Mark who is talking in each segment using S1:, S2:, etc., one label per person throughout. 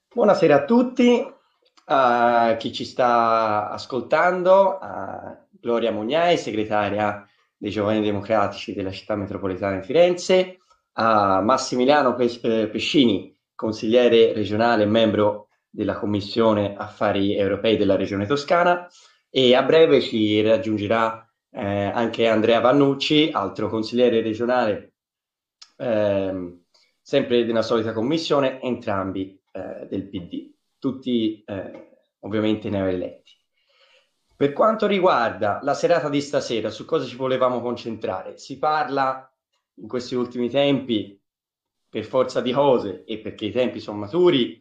S1: Buonasera a tutti, a chi ci sta ascoltando, a Gloria Mugnai, segretaria dei Giovani Democratici della Città Metropolitana di Firenze, a Massimiliano Pescini, consigliere regionale e membro della Commissione Affari Europei della Regione Toscana, e a breve ci raggiungerà anche Andrea Vannucci, altro consigliere regionale, ehm, sempre della solita commissione, entrambi del PD, tutti ovviamente neoeletti. Per quanto riguarda la serata di stasera, su cosa ci volevamo concentrare? Si parla in questi ultimi tempi, per forza di cose e perché i tempi sono maturi,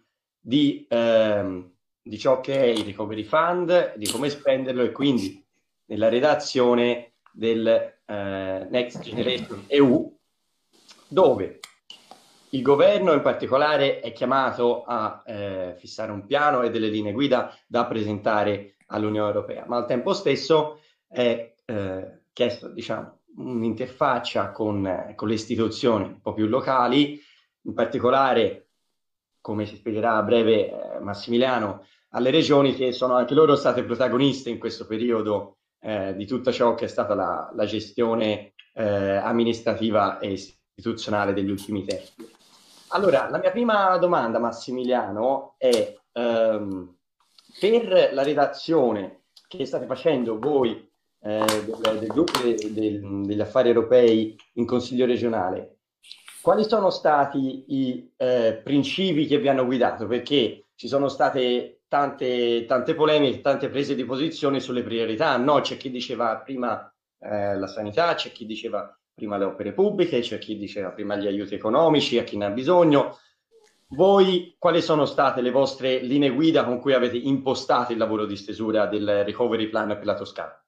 S1: di ciò che è il Recovery Fund, di come spenderlo e quindi nella redazione del Next Generation EU, dove il governo in particolare è chiamato a fissare un piano e delle linee guida da presentare all'Unione Europea, ma al tempo stesso è chiesto, diciamo, un'interfaccia con le istituzioni un po' più locali, in particolare, come si spiegherà a breve Massimiliano, alle regioni che sono anche loro state protagoniste in questo periodo di tutto ciò che è stata la gestione amministrativa e istituzionale degli ultimi tempi. Allora, la mia prima domanda, Massimiliano, è per la redazione che state facendo voi del gruppo degli affari europei in Consiglio regionale, quali sono stati i principi che vi hanno guidato? Perché ci sono state tante polemiche, tante prese di posizione sulle priorità, no? C'è chi diceva prima la sanità, c'è chi diceva prima le opere pubbliche, c'è chi diceva prima gli aiuti economici a chi ne ha bisogno. Voi, quali sono state le vostre linee guida con cui avete impostato il lavoro di stesura del Recovery Plan per la Toscana?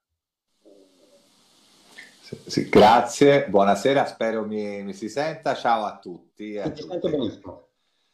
S2: Sì, grazie, buonasera, spero mi si senta. Ciao a tutti e a
S1: Ti sento
S2: tutte.
S1: benissimo.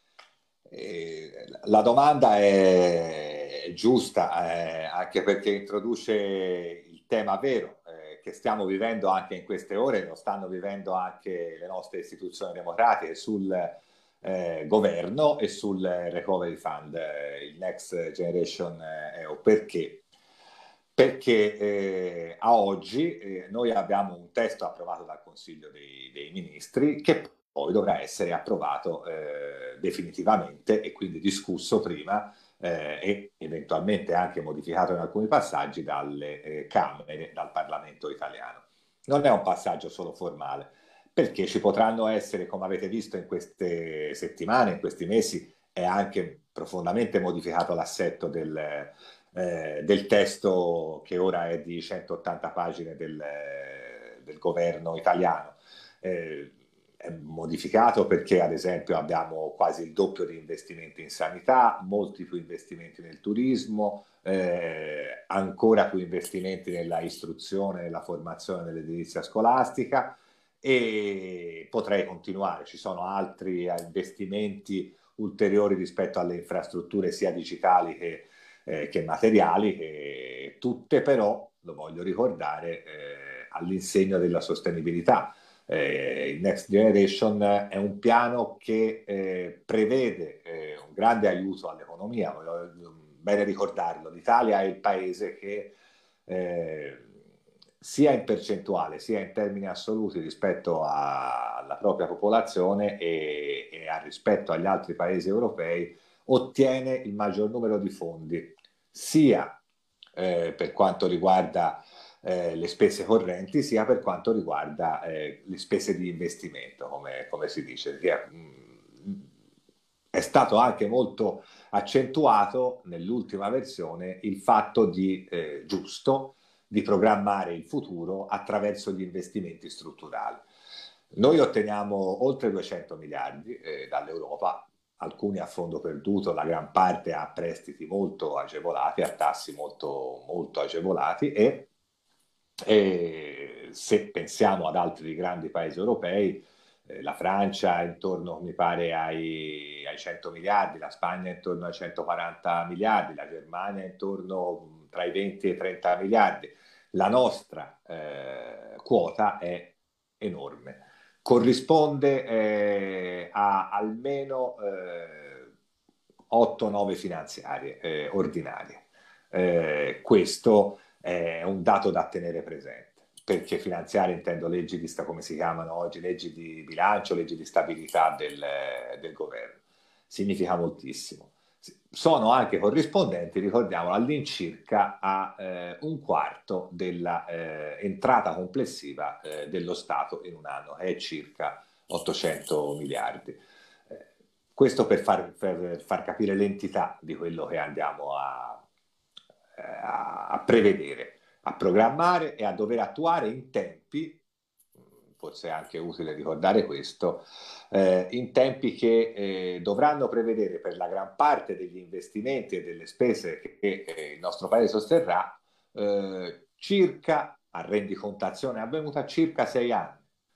S2: La domanda è giusta, anche perché introduce il tema vero che stiamo vivendo anche in queste ore, lo stanno vivendo anche le nostre istituzioni democratiche sul governo e sul Recovery Fund, il Next Generation EU. Perché? Perché a oggi noi abbiamo un testo approvato dal Consiglio dei Ministri che poi dovrà essere approvato definitivamente e quindi discusso prima e eventualmente anche modificato in alcuni passaggi dalle Camere, dal Parlamento italiano. Non è un passaggio solo formale, perché ci potranno essere, come avete visto in queste settimane, in questi mesi, è anche profondamente modificato l'assetto del testo che ora è di 180 pagine del governo italiano. È modificato perché ad esempio abbiamo quasi il doppio di investimenti in sanità, molti più investimenti nel turismo, ancora più investimenti nella istruzione, nella formazione, nell'edilizia scolastica e potrei continuare. Ci sono altri investimenti ulteriori rispetto alle infrastrutture sia digitali che materiali, tutte però, lo voglio ricordare, all'insegno della sostenibilità. Il Next Generation è un piano che prevede un grande aiuto all'economia, bene ricordarlo, l'Italia è il paese che sia in percentuale sia in termini assoluti rispetto alla propria popolazione e a rispetto agli altri paesi europei ottiene il maggior numero di fondi sia per quanto riguarda le spese correnti, sia per quanto riguarda le spese di investimento, come si dice. È stato anche molto accentuato nell'ultima versione il fatto giusto di programmare il futuro attraverso gli investimenti strutturali. Noi otteniamo oltre 200 miliardi dall'Europa, alcuni a fondo perduto, la gran parte a prestiti molto agevolati, a tassi molto agevolati e se pensiamo ad altri grandi paesi europei, la Francia è intorno, mi pare, ai 100 miliardi, la Spagna è intorno ai 140 miliardi, la Germania è intorno tra i 20 e i 30 miliardi. La nostra quota è enorme, corrisponde a almeno 8-9 finanziarie ordinarie. Questo è un dato da tenere presente, perché finanziarie intendo leggi di come si chiamano oggi, leggi di bilancio, leggi di stabilità del governo. Significa moltissimo. Sono anche corrispondenti, ricordiamolo, all'incirca a un quarto della entrata complessiva dello Stato in un anno, che è circa 800 miliardi. Questo per far capire l'entità di quello che andiamo a prevedere, a programmare e a dover attuare in tempi, forse è anche utile ricordare questo, in tempi che dovranno prevedere per la gran parte degli investimenti e delle spese che il nostro paese sosterrà circa, a rendicontazione avvenuta, circa 6 anni.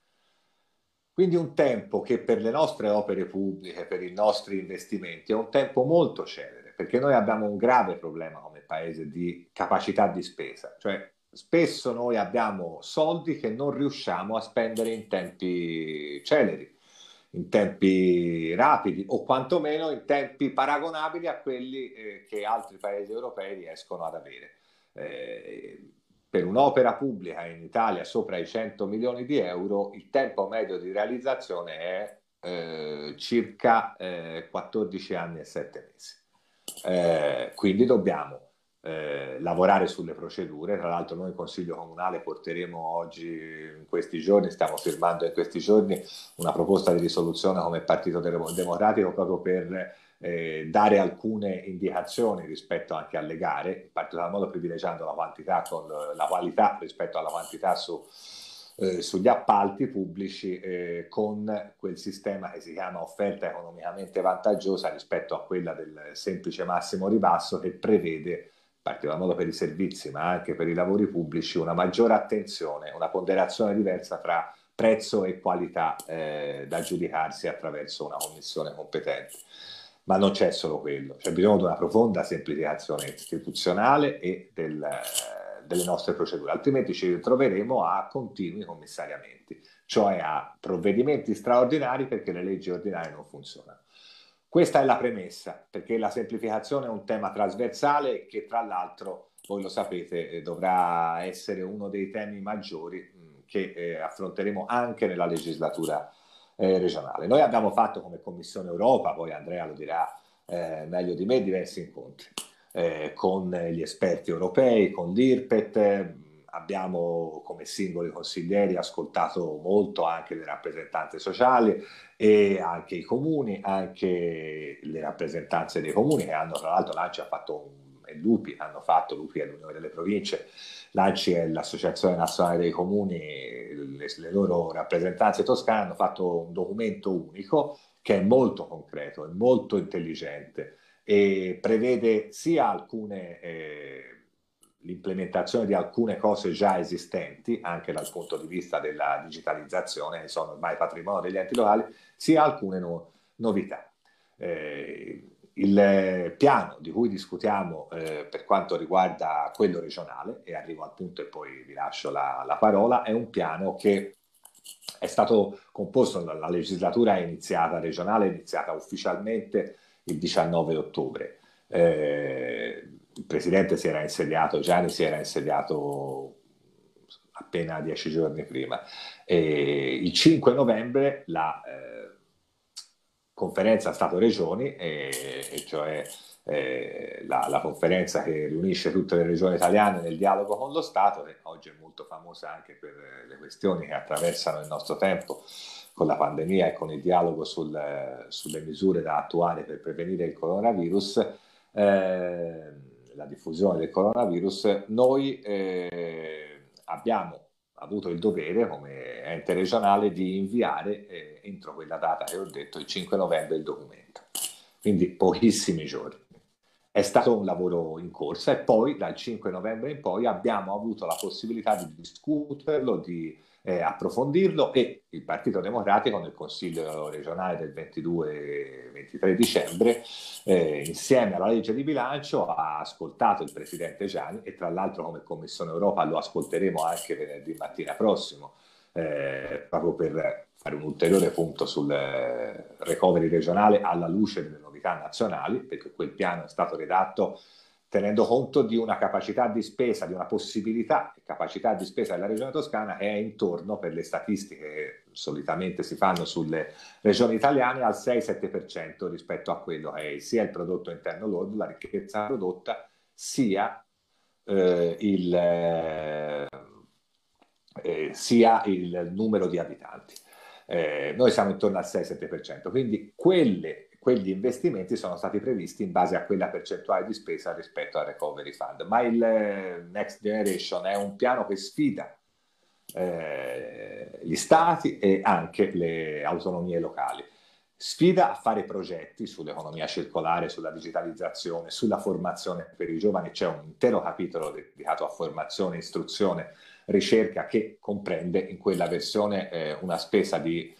S2: Quindi un tempo che per le nostre opere pubbliche, per i nostri investimenti, è un tempo molto celere, perché noi abbiamo un grave problema come paese di capacità di spesa, cioè spesso noi abbiamo soldi che non riusciamo a spendere in tempi celeri, in tempi rapidi o quantomeno in tempi paragonabili a quelli che altri paesi europei riescono ad avere. Per un'opera pubblica in Italia sopra i 100 milioni di euro, il tempo medio di realizzazione è circa 14 anni e 7 mesi. Quindi dobbiamo lavorare sulle procedure. Tra l'altro noi in Consiglio Comunale porteremo oggi, in questi giorni, stiamo firmando in questi giorni una proposta di risoluzione come Partito Democratico proprio per dare alcune indicazioni rispetto anche alle gare, in particolar modo privilegiando la quantità con la qualità rispetto alla quantità sugli appalti pubblici, con quel sistema che si chiama offerta economicamente vantaggiosa rispetto a quella del semplice massimo ribasso, che prevede, in particolar modo per i servizi ma anche per i lavori pubblici, una maggiore attenzione, una ponderazione diversa tra prezzo e qualità da giudicarsi attraverso una commissione competente. Ma non c'è solo quello, c'è bisogno di una profonda semplificazione istituzionale e delle nostre procedure, altrimenti ci ritroveremo a continui commissariamenti, cioè a provvedimenti straordinari perché le leggi ordinarie non funzionano. Questa è la premessa, perché la semplificazione è un tema trasversale che, tra l'altro, voi lo sapete, dovrà essere uno dei temi maggiori che affronteremo anche nella legislatura regionale. Noi abbiamo fatto come Commissione Europa, poi Andrea lo dirà meglio di me, diversi incontri con gli esperti europei, con l'IRPET. Abbiamo come singoli consiglieri ascoltato molto anche le rappresentanze sociali e anche i comuni, anche le rappresentanze dei comuni che hanno, tra l'altro l'ANCI ha fatto e l'UPI hanno fatto, l'UPI è l'Unione delle Province, l'ANCI è l'Associazione Nazionale dei Comuni, le loro rappresentanze toscane hanno fatto un documento unico che è molto concreto, è molto intelligente e prevede sia alcune l'implementazione di alcune cose già esistenti, anche dal punto di vista della digitalizzazione, che sono ormai patrimonio degli enti locali, sia alcune novità. Il piano di cui discutiamo per quanto riguarda quello regionale, e arrivo al punto e poi vi lascio la parola, è un piano che è stato composto, la legislatura è iniziata regionale, è iniziata ufficialmente il 19 ottobre. Il presidente si era insediato, Gianni si era insediato appena 10 giorni prima. Il 5 novembre la conferenza Stato-Regioni, cioè la conferenza che riunisce tutte le regioni italiane nel dialogo con lo Stato, che oggi è molto famosa anche per le questioni che attraversano il nostro tempo con la pandemia e con il dialogo sulle misure da attuare per prevenire il coronavirus, la diffusione del coronavirus. Noi abbiamo avuto il dovere come ente regionale di inviare entro quella data che ho detto, il 5 novembre, il documento, quindi pochissimi giorni. È stato un lavoro in corsa e poi dal 5 novembre in poi abbiamo avuto la possibilità di discuterlo, di approfondirlo, e il Partito Democratico nel Consiglio regionale del 22-23 dicembre, insieme alla legge di bilancio, ha ascoltato il Presidente Gianni, e tra l'altro come Commissione Europa lo ascolteremo anche venerdì mattina prossimo, proprio per fare un ulteriore punto sul recovery regionale alla luce delle novità nazionali, perché quel piano è stato redatto tenendo conto di una capacità di spesa, di una possibilità e capacità di spesa della regione toscana che è intorno, per le statistiche che solitamente si fanno sulle regioni italiane, al 6-7% rispetto a quello che è sia il prodotto interno lordo, la ricchezza prodotta, sia sia il numero di abitanti. Noi siamo intorno al 6-7%, quindi quegli investimenti sono stati previsti in base a quella percentuale di spesa rispetto al Recovery Fund. Ma il Next Generation è un piano che sfida gli stati e anche le autonomie locali. Sfida a fare progetti sull'economia circolare, sulla digitalizzazione, sulla formazione per i giovani. C'è un intero capitolo dedicato a formazione, istruzione, ricerca, che comprende in quella versione una spesa di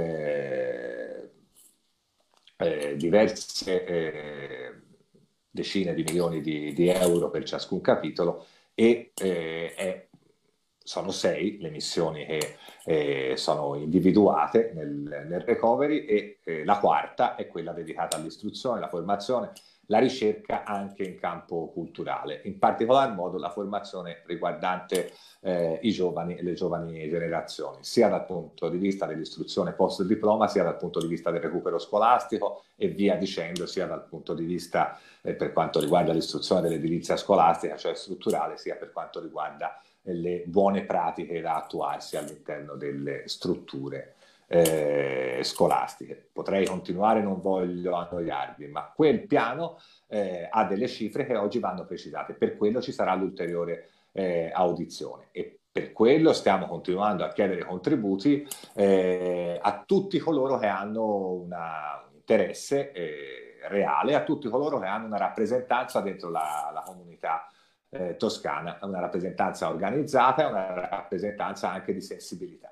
S2: diverse decine di milioni di euro per ciascun capitolo, e sono 6 le missioni che sono individuate nel recovery, e la quarta è quella dedicata all'istruzione, alla formazione, la ricerca anche in campo culturale, in particolar modo la formazione riguardante i giovani e le giovani generazioni, sia dal punto di vista dell'istruzione post diploma, sia dal punto di vista del recupero scolastico e via dicendo, sia dal punto di vista per quanto riguarda l'istruzione dell'edilizia scolastica, cioè strutturale, sia per quanto riguarda le buone pratiche da attuarsi all'interno delle strutture scolastiche. Potrei continuare, non voglio annoiarvi, ma quel piano ha delle cifre che oggi vanno precisate. Per quello ci sarà l'ulteriore audizione, e per quello stiamo continuando a chiedere contributi a tutti coloro che hanno un interesse reale, a tutti coloro che hanno una rappresentanza dentro la comunità toscana, una rappresentanza organizzata e una rappresentanza anche di sensibilità.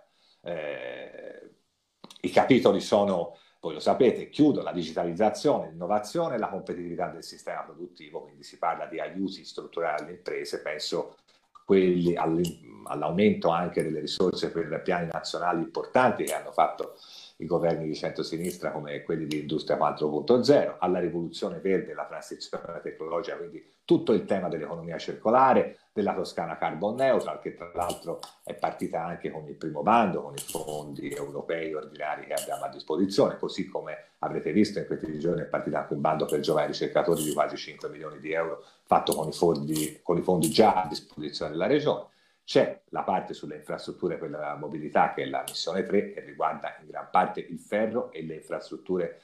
S2: I capitoli sono, voi lo sapete, chiudo la digitalizzazione, l'innovazione e la competitività del sistema produttivo, quindi si parla di aiuti strutturali alle imprese, penso quelli all'aumento anche delle risorse per piani nazionali importanti che hanno fatto i governi di centrosinistra, come quelli di Industria 4.0, alla rivoluzione verde, la transizione tecnologica, quindi tutto il tema dell'economia circolare, della Toscana Carbon Neutral, che tra l'altro è partita anche con il primo bando, con i fondi europei ordinari che abbiamo a disposizione, così come avrete visto in questi giorni è partito anche un bando per giovani ricercatori di quasi 5 milioni di euro, fatto con i fondi già a disposizione della regione. C'è la parte sulle infrastrutture per la mobilità, che è la missione 3, che riguarda in gran parte il ferro e le infrastrutture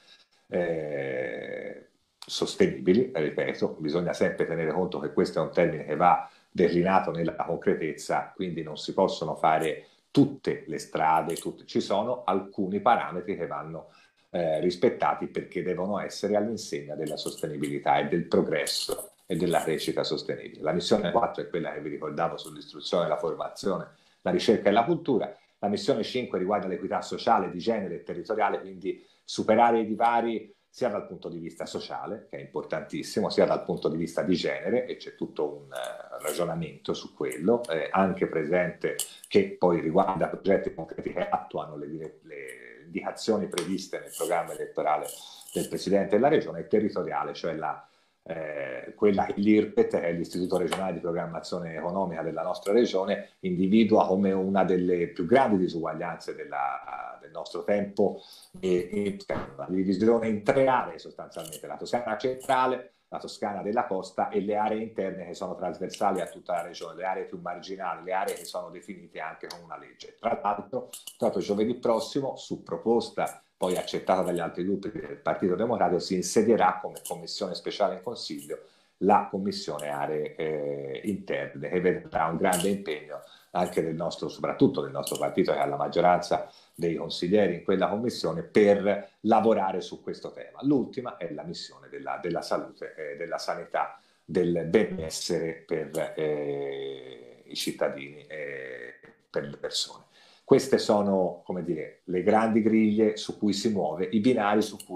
S2: sostenibili. Ripeto, bisogna sempre tenere conto che questo è un termine che va declinato nella concretezza, quindi non si possono fare tutte le strade, ci sono alcuni parametri che vanno rispettati, perché devono essere all'insegna della sostenibilità e del progresso e della crescita sostenibile. La missione 4 è quella che vi ricordavo sull'istruzione, la formazione, la ricerca e la cultura. La missione 5 riguarda l'equità sociale, di genere e territoriale, quindi superare i divari sia dal punto di vista sociale, che è importantissimo, sia dal punto di vista di genere, e c'è tutto un ragionamento su quello, anche presente, che poi riguarda progetti concreti che attuano le indicazioni previste nel programma elettorale del Presidente della Regione, e territoriale, cioè quella che l'IRPET, che è l'Istituto regionale di programmazione economica della nostra regione, individua come una delle più grandi disuguaglianze del nostro tempo, la divisione in 3 aree sostanzialmente: la Toscana centrale, la Toscana della costa e le aree interne, che sono trasversali a tutta la regione, le aree più marginali, le aree che sono definite anche con una legge. Tra l'altro, proprio giovedì prossimo, su proposta poi accettata dagli altri gruppi del Partito Democratico, si insedierà come commissione speciale in Consiglio la commissione aree interne, che vedrà un grande impegno anche soprattutto del nostro partito, che ha la maggioranza dei consiglieri in quella commissione, per lavorare su questo tema. L'ultima è la missione della salute, della sanità, del benessere per i cittadini e per le persone. Queste sono, come dire, le grandi griglie su cui si muove, i binari su cui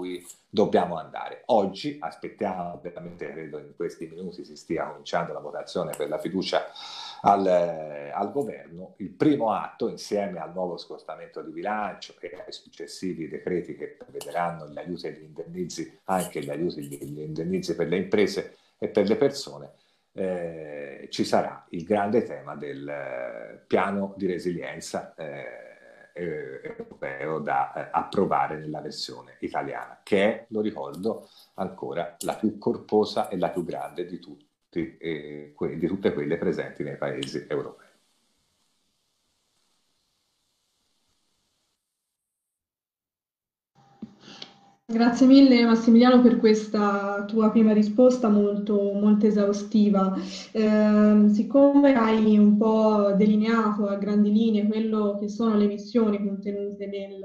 S2: dobbiamo andare. Oggi aspettiamo, veramente credo in questi minuti si stia cominciando la votazione per la fiducia al governo. Il primo atto, insieme al nuovo scostamento di bilancio e ai successivi decreti che prevederanno gli aiuti e gli indennizzi, anche gli aiuti e gli indennizzi per le imprese e per le persone, ci sarà il grande tema del piano di resilienza europeo da approvare nella versione italiana, che è, lo ricordo ancora, la più corposa e la più grande di tutte quelle presenti nei paesi europei.
S3: Grazie mille Massimiliano per questa tua prima risposta molto esaustiva. Siccome hai un po' delineato a grandi linee quello che sono le missioni contenute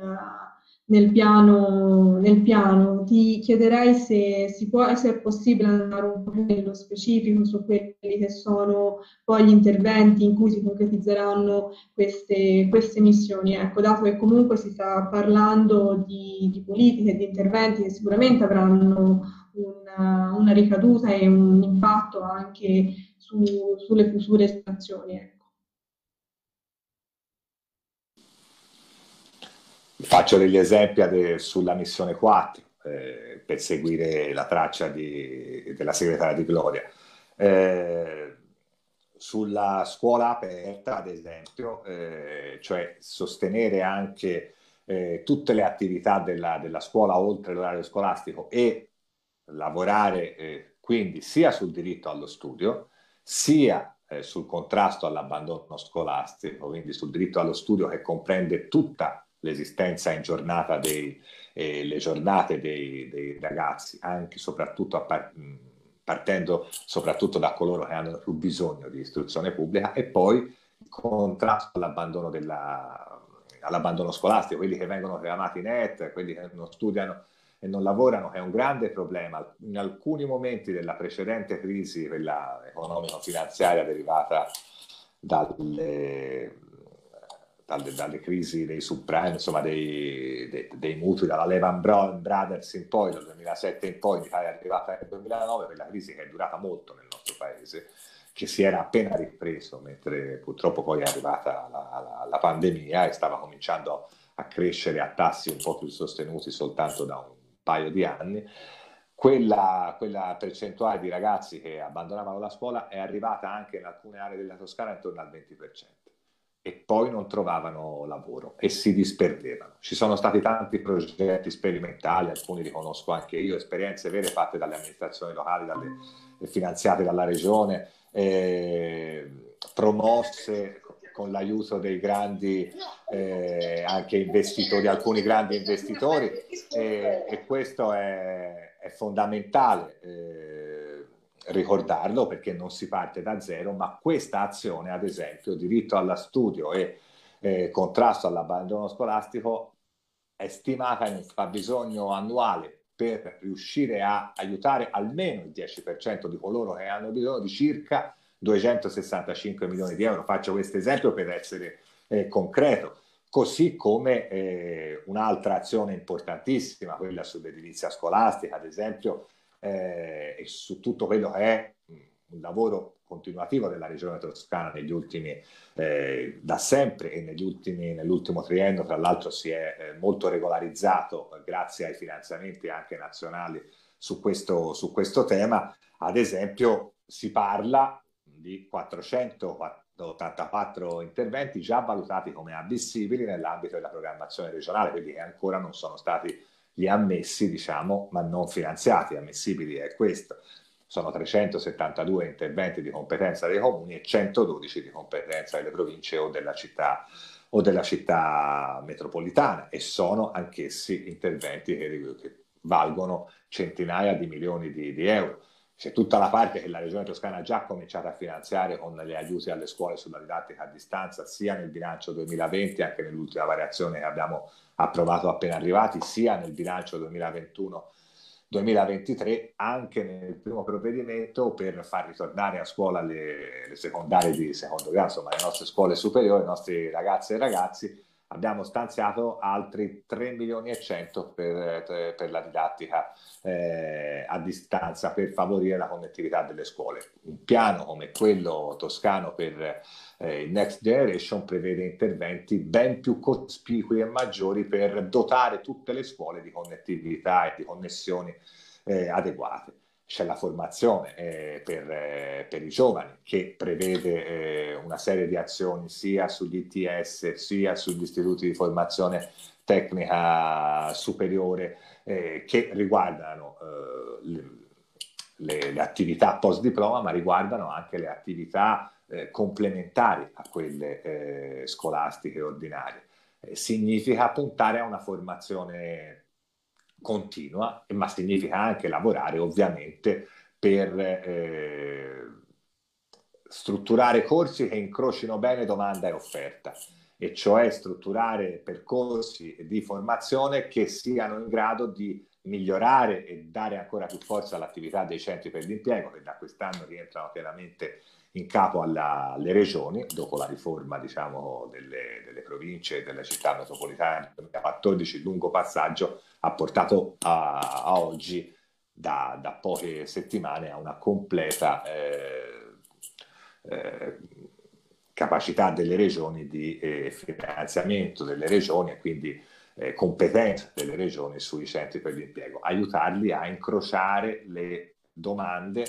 S3: nel piano, ti chiederei se è possibile andare un po' più nello specifico su quelli che sono poi gli interventi in cui si concretizzeranno queste missioni. Ecco, dato che comunque si sta parlando di politiche e di interventi che sicuramente avranno una ricaduta e un impatto anche sulle future sanzioni. Ecco.
S2: Faccio degli esempi sulla missione 4 per seguire la traccia della segretaria di Gloria. Sulla scuola aperta, ad esempio, cioè sostenere anche tutte le attività della scuola oltre l'orario scolastico e lavorare quindi sia sul diritto allo studio, sia sul contrasto all'abbandono scolastico, quindi sul diritto allo studio che comprende tutta l'esistenza in giornata le giornate dei ragazzi, anche soprattutto partendo soprattutto da coloro che hanno più bisogno di istruzione pubblica, e poi il contrasto all'abbandono scolastico, quelli che vengono chiamati NEET, quelli che non studiano e non lavorano, che è un grande problema. In alcuni momenti della precedente crisi, quella economico-finanziaria derivata dalle crisi dei subprime, insomma dei mutui, dalla Lehman Brothers in poi, dal 2007 in poi, l'Italia è arrivata nel 2009, quella crisi che è durata molto nel nostro paese, che si era appena ripreso, mentre purtroppo poi è arrivata la pandemia e stava cominciando a crescere a tassi un po' più sostenuti soltanto da un paio di anni. Quella percentuale di ragazzi che abbandonavano la scuola è arrivata anche in alcune aree della Toscana intorno al 20%. E poi non trovavano lavoro e si disperdevano. Ci sono stati tanti progetti sperimentali, alcuni li conosco anche io, esperienze vere fatte dalle amministrazioni locali, finanziate dalla regione, promosse con l'aiuto dei grandi anche investitori, alcuni grandi investitori, e questo è fondamentale ricordarlo, perché non si parte da zero, ma questa azione, ad esempio, diritto allo studio e contrasto all'abbandono scolastico, è stimata in un fabbisogno annuale per riuscire a aiutare almeno il 10% di coloro che hanno bisogno di circa 265 milioni di euro. Faccio questo esempio per essere concreto. Così come un'altra azione importantissima, quella sull'edilizia scolastica, ad esempio, e su tutto quello che è un lavoro continuativo della Regione Toscana negli ultimi, da sempre, e nell'ultimo triennio, tra l'altro, si è molto regolarizzato grazie ai finanziamenti anche nazionali su questo tema. Ad esempio, si parla di 484 interventi già valutati come ammissibili nell'ambito della programmazione regionale, quindi che ancora non sono stati gli ammessi, diciamo, ma non finanziati. Ammissibili è questo. Sono 372 interventi di competenza dei comuni e 112 di competenza delle province o della città metropolitana, e sono anch'essi interventi che valgono centinaia di milioni di euro. C'è tutta la parte che la Regione Toscana ha già cominciato a finanziare con gli aiuti alle scuole sulla didattica a distanza, sia nel bilancio 2020, anche nell'ultima variazione che abbiamo approvato appena arrivati, sia nel bilancio 2021-2023, anche nel primo provvedimento per far ritornare a scuola le secondarie di secondo grado, insomma le nostre scuole superiori, i nostri ragazze e ragazzi, abbiamo stanziato altri 3 milioni e 100 per la didattica a distanza, per favorire la connettività delle scuole. Un piano come quello toscano per il Next Generation prevede interventi ben più cospicui e maggiori per dotare tutte le scuole di connettività e di connessioni adeguate. C'è la formazione per i giovani, che prevede una serie di azioni sia sugli ITS sia sugli istituti di formazione tecnica superiore che riguardano le attività post diploma, ma riguardano anche le attività complementari a quelle scolastiche ordinarie. Significa puntare a una formazione continua, ma significa anche lavorare ovviamente per strutturare corsi che incrocino bene domanda e offerta, e cioè strutturare percorsi di formazione che siano in grado di migliorare e dare ancora più forza all'attività dei centri per l'impiego, che da quest'anno rientrano pienamente in capo alle regioni, dopo la riforma, diciamo, delle province e delle città metropolitane del 2014. Il lungo passaggio ha portato a oggi, da poche settimane, a una completa capacità delle regioni di finanziamento delle regioni, e quindi competenza delle regioni sui centri per l'impiego, aiutarli a incrociare le domande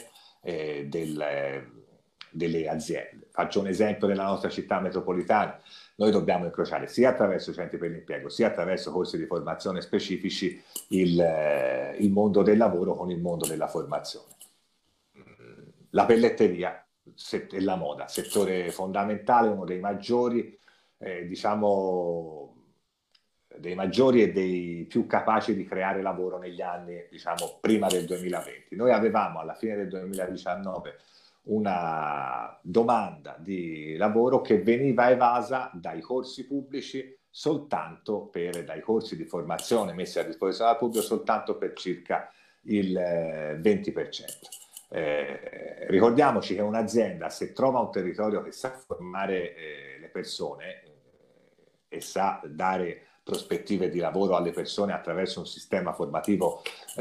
S2: delle aziende. Faccio un esempio della nostra città metropolitana. Noi dobbiamo incrociare sia attraverso i centri per l'impiego sia attraverso corsi di formazione specifici il mondo del lavoro con il mondo della formazione. La pelletteria e la moda, settore fondamentale, uno dei maggiori, diciamo, dei maggiori e dei più capaci di creare lavoro negli anni, diciamo, prima del 2020. Noi avevamo alla fine del 2019 una domanda di lavoro che veniva evasa dai corsi pubblici dai corsi di formazione messi a disposizione dal pubblico, soltanto per circa il 20%. Ricordiamoci che un'azienda, se trova un territorio che sa formare le persone e sa dare prospettive di lavoro alle persone attraverso un sistema formativo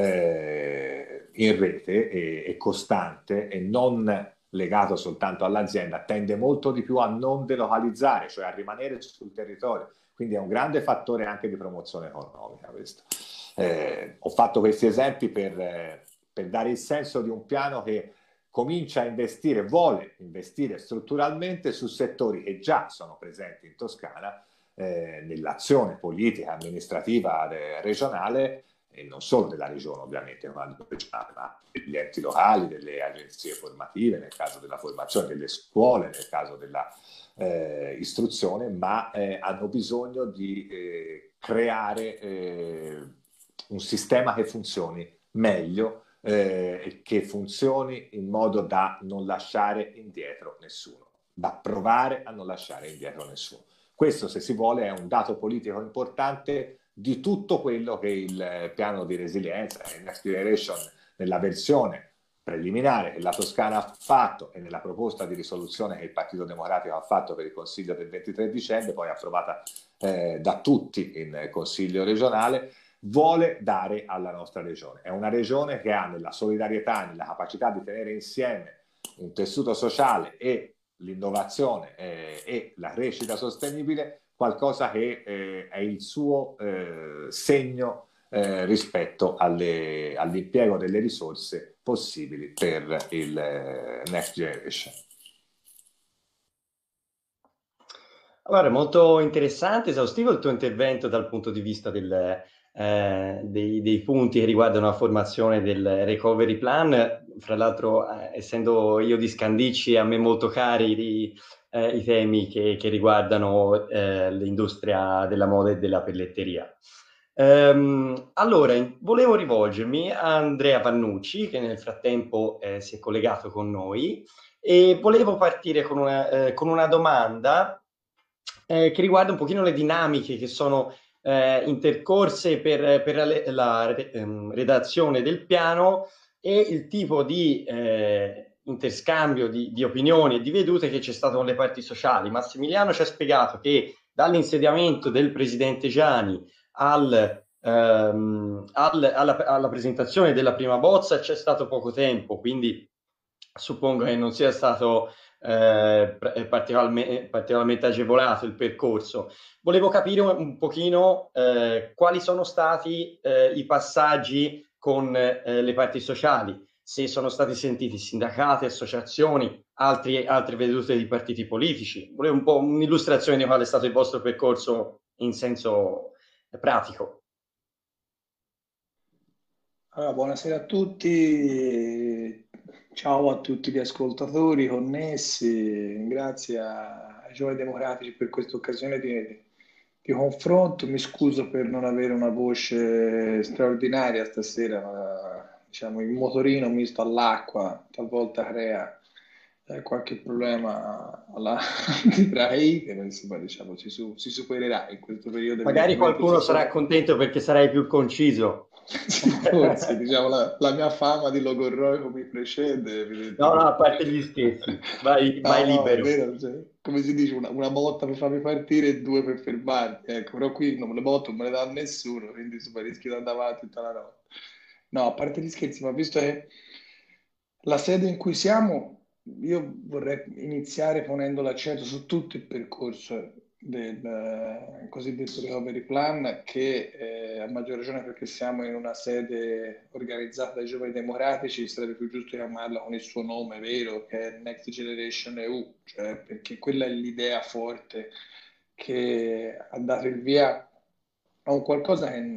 S2: in rete e costante, e non legato soltanto all'azienda, tende molto di più a non delocalizzare, cioè a rimanere sul territorio. Quindi è un grande fattore anche di promozione economica questo. Ho fatto questi esempi per dare il senso di un piano che comincia a investire, vuole investire strutturalmente su settori che già sono presenti in Toscana, nell'azione politica, amministrativa regionale, e non solo della regione ovviamente, ma degli enti locali, delle agenzie formative, nel caso della formazione, delle scuole, nel caso della istruzione, ma hanno bisogno di creare un sistema che funzioni meglio, che funzioni in modo da non lasciare indietro nessuno, da provare a non lasciare indietro nessuno. Questo, se si vuole, è un dato politico importante di tutto quello che il piano di resilienza, il Next Generation, nella versione preliminare che la Toscana ha fatto e nella proposta di risoluzione che il Partito Democratico ha fatto per il Consiglio del 23 dicembre, poi approvata da tutti in Consiglio regionale, vuole dare alla nostra regione. È una regione che ha nella solidarietà, nella capacità di tenere insieme un tessuto sociale e l'innovazione e la crescita sostenibile, qualcosa che è il suo segno rispetto all'impiego delle risorse possibili per il Next Generation.
S1: Allora, molto interessante, esaustivo il tuo intervento dal punto di vista dei punti che riguardano la formazione del recovery plan. Fra l'altro, essendo io di Scandicci, a me molto cari i temi che riguardano l'industria della moda e della pelletteria. Allora, volevo rivolgermi a Andrea Pannucci, che nel frattempo si è collegato con noi, e volevo partire con una domanda che riguarda un pochino le dinamiche che sono intercorse per la redazione del piano e il tipo di interscambio di opinioni e di vedute che c'è stato con le parti sociali. Massimiliano ci ha spiegato che dall'insediamento del presidente Giani alla presentazione della prima bozza c'è stato poco tempo, quindi suppongo che non sia stato particolarmente agevolato il percorso. Volevo capire un pochino quali sono stati i passaggi con le parti sociali, se sono stati sentiti sindacati, associazioni, altre vedute di partiti politici. Volevo un po' un'illustrazione di qual è stato il vostro percorso in senso pratico.
S4: Allora, buonasera a tutti, ciao a tutti gli ascoltatori connessi, grazie ai Giovani Democratici per questa occasione di confronto. Mi scuso per non avere una voce straordinaria stasera, ma diciamo il motorino misto all'acqua talvolta crea qualche problema alla antitraite, ma insomma diciamo si supererà in questo periodo.
S1: Magari qualcuno sarà contento perché sarai più conciso.
S4: Sì, forse, diciamo, la mia fama di logorroico mi precede.
S1: No, a parte gli scherzi, vai libero.
S4: È vero, cioè, come si dice, una botta per farmi partire e due per fermarmi. Ecco, però qui non le botte non me le dà nessuno, quindi insomma rischio di andare avanti tutta la notte. No, a parte gli scherzi, ma visto che la sede in cui siamo, io vorrei iniziare ponendo l'accento su tutto il percorso del cosiddetto recovery plan, che a maggior ragione perché siamo in una sede organizzata dai Giovani Democratici, sarebbe più giusto chiamarla con il suo nome vero, che è Next Generation EU, cioè perché quella è l'idea forte che ha dato il via a un qualcosa che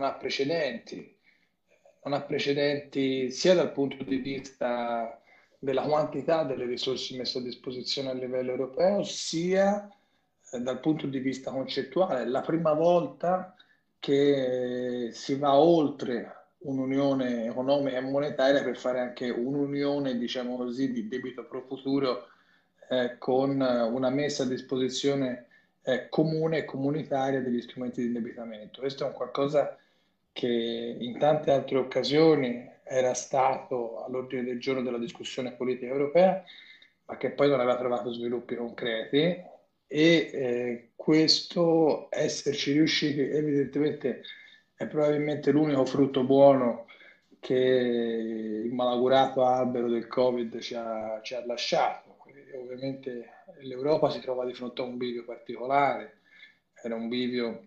S4: non ha precedenti sia dal punto di vista della quantità delle risorse messe a disposizione a livello europeo, sia dal punto di vista concettuale. È la prima volta che si va oltre un'unione economica e monetaria per fare anche un'unione, diciamo così, di debito pro futuro con una messa a disposizione comune e comunitaria degli strumenti di indebitamento. Questo è un qualcosa che in tante altre occasioni era stato all'ordine del giorno della discussione politica europea, ma che poi non aveva trovato sviluppi concreti e questo esserci riusciti evidentemente è probabilmente l'unico frutto buono che il malaugurato albero del Covid ci ha lasciato. Quindi, ovviamente l'Europa si trova di fronte a un bivio particolare, era un bivio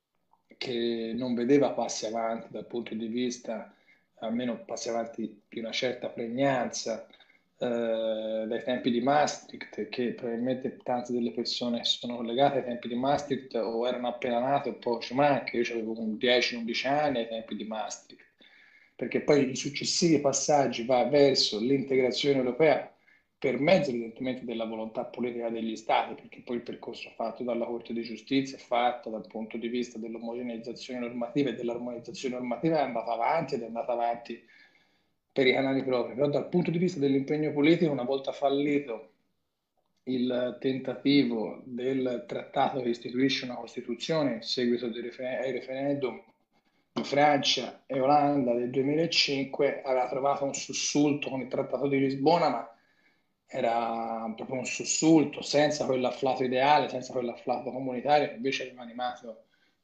S4: che non vedeva passi avanti dal punto di vista, almeno passi avanti di una certa pregnanza, dai tempi di Maastricht, che probabilmente tante delle persone sono collegate ai tempi di Maastricht o erano appena nate o poi ci manca. Io avevo 10-11 anni ai tempi di Maastricht, perché poi i successivi passaggi va verso l'integrazione europea per mezzo evidentemente della volontà politica degli Stati, perché poi il percorso fatto dalla Corte di Giustizia è fatto dal punto di vista dell'omogeneizzazione normativa e dell'armonizzazione normativa, è andata avanti ed è andata avanti per i canali propri, però dal punto di vista dell'impegno politico, una volta fallito il tentativo del trattato che istituisce una Costituzione in seguito ai referendum di Francia e Olanda del 2005, aveva trovato un sussulto con il Trattato di Lisbona, ma era proprio un sussulto, senza quell'afflato ideale, senza quell'afflato comunitario che invece aveva animato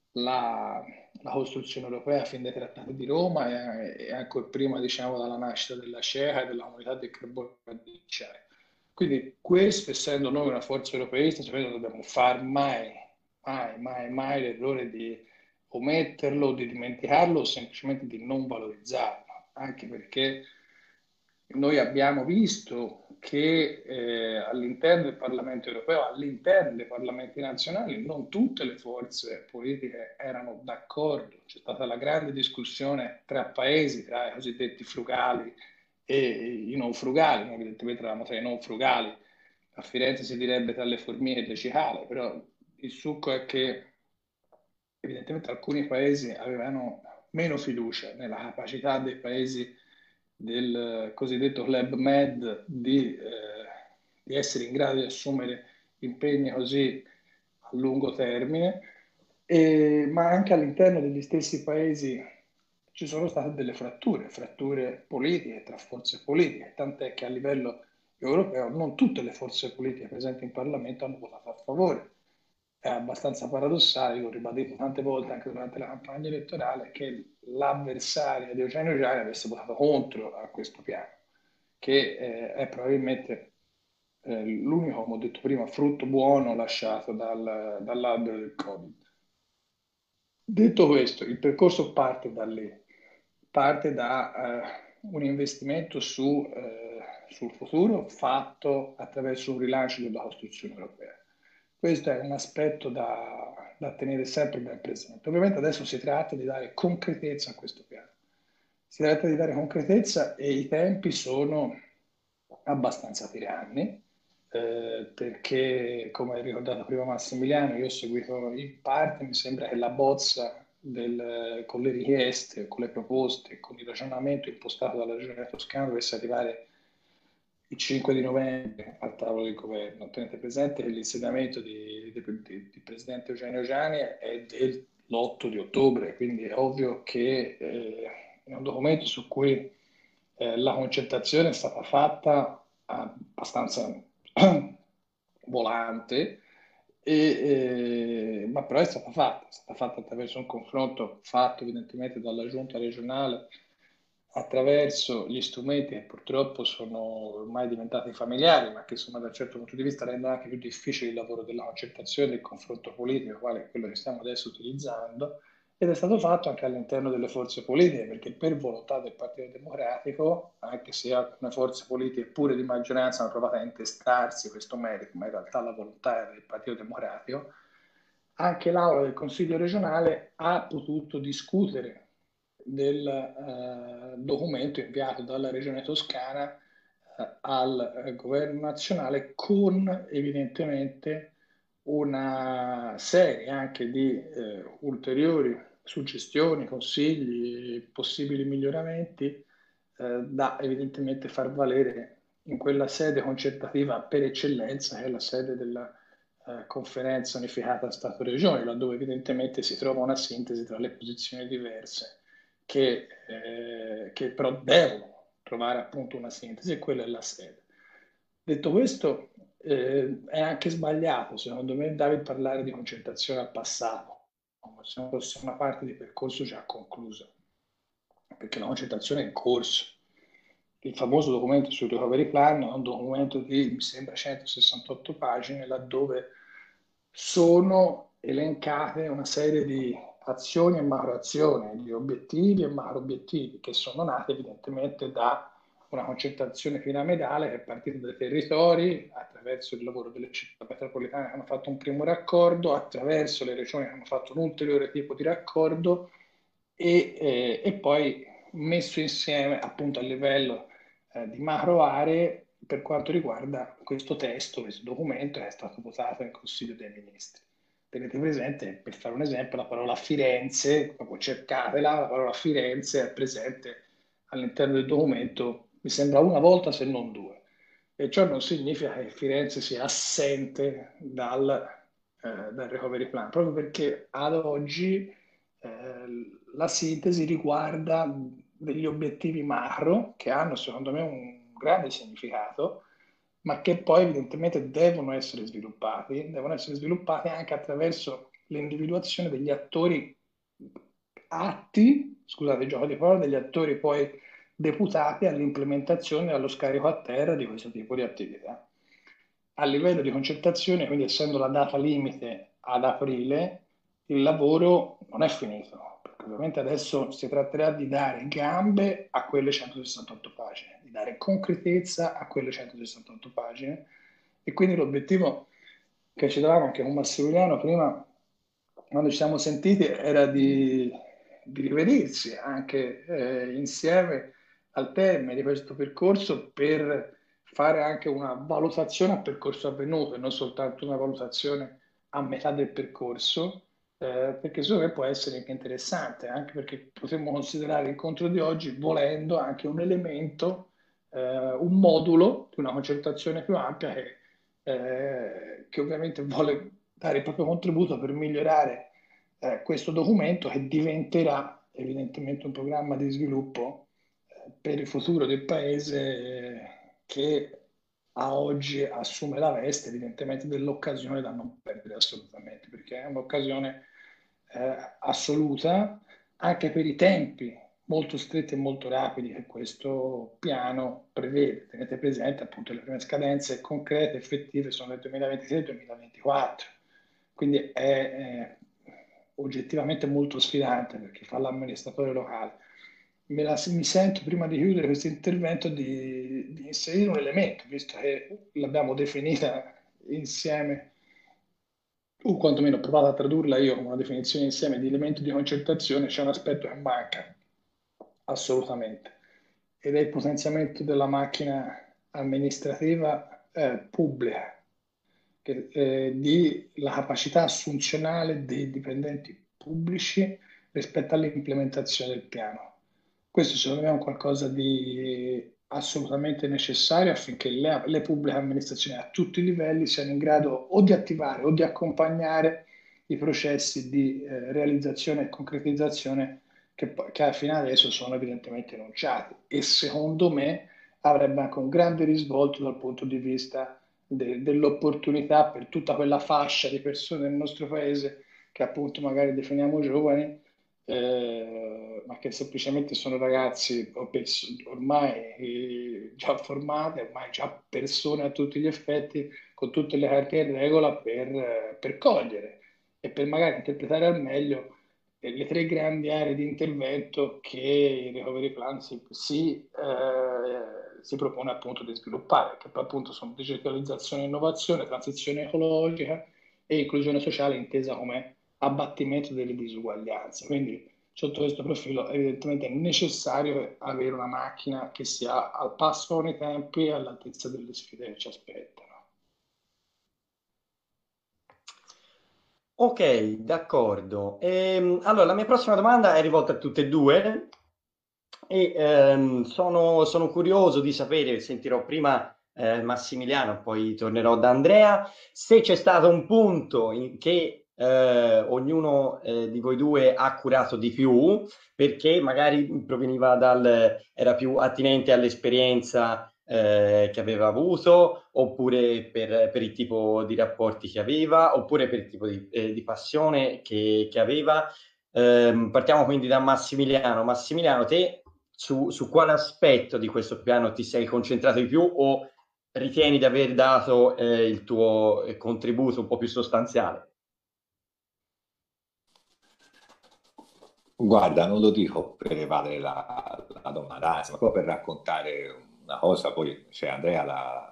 S4: la costruzione europea fin dai trattati di Roma e ancora prima, diciamo, dalla nascita della CECA e della comunità del carbone di acciaio. Quindi questo, essendo noi una forza europeista, non dobbiamo fare mai l'errore di ometterlo, di dimenticarlo o semplicemente di non valorizzarlo, anche perché noi abbiamo visto che all'interno del Parlamento europeo, all'interno dei parlamenti nazionali, non tutte le forze politiche erano d'accordo. C'è stata la grande discussione tra paesi, tra i cosiddetti frugali e i non frugali. Noi evidentemente eravamo tra i non frugali. A Firenze si direbbe tra le formiche e le cicale, però il succo è che evidentemente alcuni paesi avevano meno fiducia nella capacità dei paesi del cosiddetto Club Med di essere in grado di assumere impegni così a lungo termine, ma anche all'interno degli stessi paesi ci sono state delle fratture politiche tra forze politiche, tant'è che a livello europeo non tutte le forze politiche presenti in Parlamento hanno votato a favore è abbastanza paradossale, l'ho ribadito tante volte anche durante la campagna elettorale, che l'avversaria di Eugenio Giani avesse votato contro a questo piano, che è probabilmente l'unico, come ho detto prima, frutto buono lasciato dall'albero del Covid. Detto questo, il percorso parte da lì, parte da un investimento sul futuro fatto attraverso un rilancio della costruzione europea. Questo è un aspetto da tenere sempre ben presente. Ovviamente adesso si tratta di dare concretezza a questo piano. Si tratta di dare concretezza e i tempi sono abbastanza tiranni, perché, come hai ricordato prima Massimiliano, io ho seguito in parte, mi sembra che la bozza con le richieste, con le proposte, con il ragionamento impostato dalla Regione Toscana dovesse arrivare il 5 di novembre al tavolo del governo. Tenete presente che l'insediamento di Presidente Eugenio Giani è dell'8 di ottobre, quindi è ovvio che è un documento su cui la concertazione è stata fatta abbastanza volante, ma però è stata fatta attraverso un confronto fatto evidentemente dalla giunta regionale, attraverso gli strumenti che purtroppo sono ormai diventati familiari, ma che insomma da un certo punto di vista rendono anche più difficile il lavoro della concertazione e il confronto politico, quale è quello che stiamo adesso utilizzando, ed è stato fatto anche all'interno delle forze politiche, perché per volontà del Partito Democratico, anche se alcune forze politiche pure di maggioranza hanno provato a intestarsi questo merito, ma in realtà la volontà era del Partito Democratico, anche l'Aula del Consiglio regionale ha potuto discutere del documento inviato dalla Regione Toscana al Governo nazionale con evidentemente una serie anche di ulteriori suggestioni, consigli, possibili miglioramenti da evidentemente far valere in quella sede concertativa per eccellenza, che è la sede della conferenza unificata Stato-Regioni, laddove evidentemente si trova una sintesi tra le posizioni diverse che però devono trovare appunto una sintesi, e quella è la sede. Detto questo, è anche sbagliato, secondo me, David, parlare di concentrazione al passato, se fosse una parte di percorso già conclusa, perché la concentrazione è in corso. Il famoso documento sul recovery plan è un documento di, mi sembra, 168 pagine, laddove sono elencate una serie di azioni e macroazioni, di obiettivi e macro-obiettivi, che sono nati evidentemente da una concentrazione piramidale che è partita dai territori, attraverso il lavoro delle città metropolitane che hanno fatto un primo raccordo, attraverso le regioni che hanno fatto un ulteriore tipo di raccordo e poi messo insieme appunto a livello di macro aree per quanto riguarda questo testo, questo documento che è stato votato in Consiglio dei Ministri. Tenete presente, per fare un esempio, la parola Firenze, proprio cercatela, la parola Firenze è presente all'interno del documento, mi sembra una volta se non due. E ciò non significa che Firenze sia assente dal recovery plan, proprio perché ad oggi la sintesi riguarda degli obiettivi macro che hanno secondo me un grande significato, ma che poi evidentemente devono essere sviluppati anche attraverso l'individuazione degli attori scusate il gioco di parole, degli attori poi deputati all'implementazione e allo scarico a terra di questo tipo di attività. A livello di concertazione, quindi essendo la data limite ad aprile, il lavoro non è finito, perché ovviamente adesso si tratterà di dare gambe a quelle 168 pagine, di dare concretezza a quelle 168 pagine, e quindi l'obiettivo che ci davamo anche con Massimiliano prima, quando ci siamo sentiti, era di rivedersi anche insieme al termine di questo percorso per fare anche una valutazione al percorso avvenuto e non soltanto una valutazione a metà del percorso, perché secondo me può essere anche interessante, anche perché potremmo considerare l'incontro di oggi, volendo, anche un elemento, un modulo di una concertazione più ampia che ovviamente vuole dare il proprio contributo per migliorare questo documento, che diventerà evidentemente un programma di sviluppo per il futuro del paese, che a oggi assume la veste evidentemente dell'occasione da non perdere assolutamente, perché perché è un'occasione assoluta, anche per i tempi molto stretti e molto rapidi che questo piano prevede. Tenete presente appunto le prime scadenze concrete, effettive, sono nel 2026 e 2024, quindi è oggettivamente molto sfidante per chi fa l'amministratore locale. Mi sento prima di chiudere questo intervento di inserire un elemento, visto che l'abbiamo definita insieme, o quantomeno ho provato a tradurla io come una definizione insieme di elemento di concertazione. C'è un aspetto che manca assolutamente, ed è il potenziamento della macchina amministrativa pubblica, di la capacità assunzionale dei dipendenti pubblici rispetto all'implementazione del piano. Questo secondo me è un qualcosa di assolutamente necessario affinché le pubbliche amministrazioni a tutti i livelli siano in grado o di attivare o di accompagnare i processi di realizzazione e concretizzazione che fino adesso sono evidentemente enunciati, e secondo me avrebbe anche un grande risvolto dal punto di vista dell'opportunità per tutta quella fascia di persone nel nostro paese che appunto magari definiamo giovani, ma che semplicemente sono ragazzi ormai già formati, ormai già persone a tutti gli effetti, con tutte le carte in regola per cogliere e per magari interpretare al meglio le tre grandi aree di intervento che il Recovery Plan si propone appunto di sviluppare, che poi appunto sono digitalizzazione e innovazione, transizione ecologica e inclusione sociale intesa come abbattimento delle disuguaglianze. Quindi sotto questo profilo evidentemente è necessario avere una macchina che sia al passo con i tempi e all'altezza delle sfide che ci aspettano.
S1: Ok, d'accordo. Allora, la mia prossima domanda è rivolta a tutte e due e sono curioso di sapere, sentirò prima Massimiliano, poi tornerò da Andrea, se c'è stato un punto in che ognuno di voi due ha curato di più, perché magari era più attinente all'esperienza che aveva avuto, oppure per il tipo di rapporti che aveva, oppure per il tipo di passione che aveva. Partiamo quindi da Massimiliano. Massimiliano, te su quale aspetto di questo piano ti sei concentrato di più o ritieni di aver dato il tuo contributo un po' più sostanziale?
S2: Guarda, non lo dico per evadere la domanda, anzi, ma proprio per raccontare una cosa, poi c'è Andrea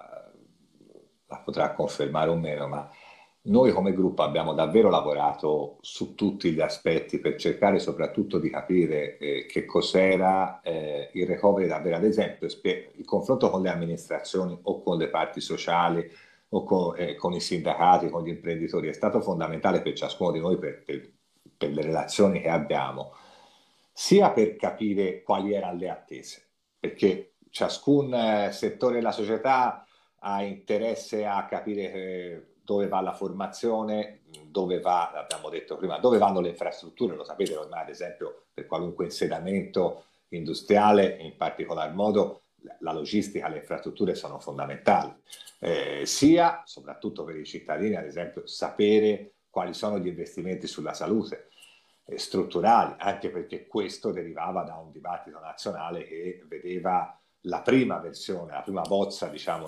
S2: la potrà confermare o meno, ma noi come gruppo abbiamo davvero lavorato su tutti gli aspetti per cercare soprattutto di capire che cos'era il recovery davvero, ad esempio il confronto con le amministrazioni o con le parti sociali o con i sindacati, con gli imprenditori è stato fondamentale per ciascuno di noi per le relazioni che abbiamo, sia per capire quali erano le attese, perché ciascun settore della società ha interesse a capire dove va la formazione, dove va, l'abbiamo detto prima, dove vanno le infrastrutture, lo sapete ormai ad esempio per qualunque insediamento industriale, in particolar modo la logistica, le infrastrutture sono fondamentali, sia soprattutto per i cittadini ad esempio sapere quali sono gli investimenti sulla salute strutturali, anche perché questo derivava da un dibattito nazionale che vedeva la prima versione, la prima bozza diciamo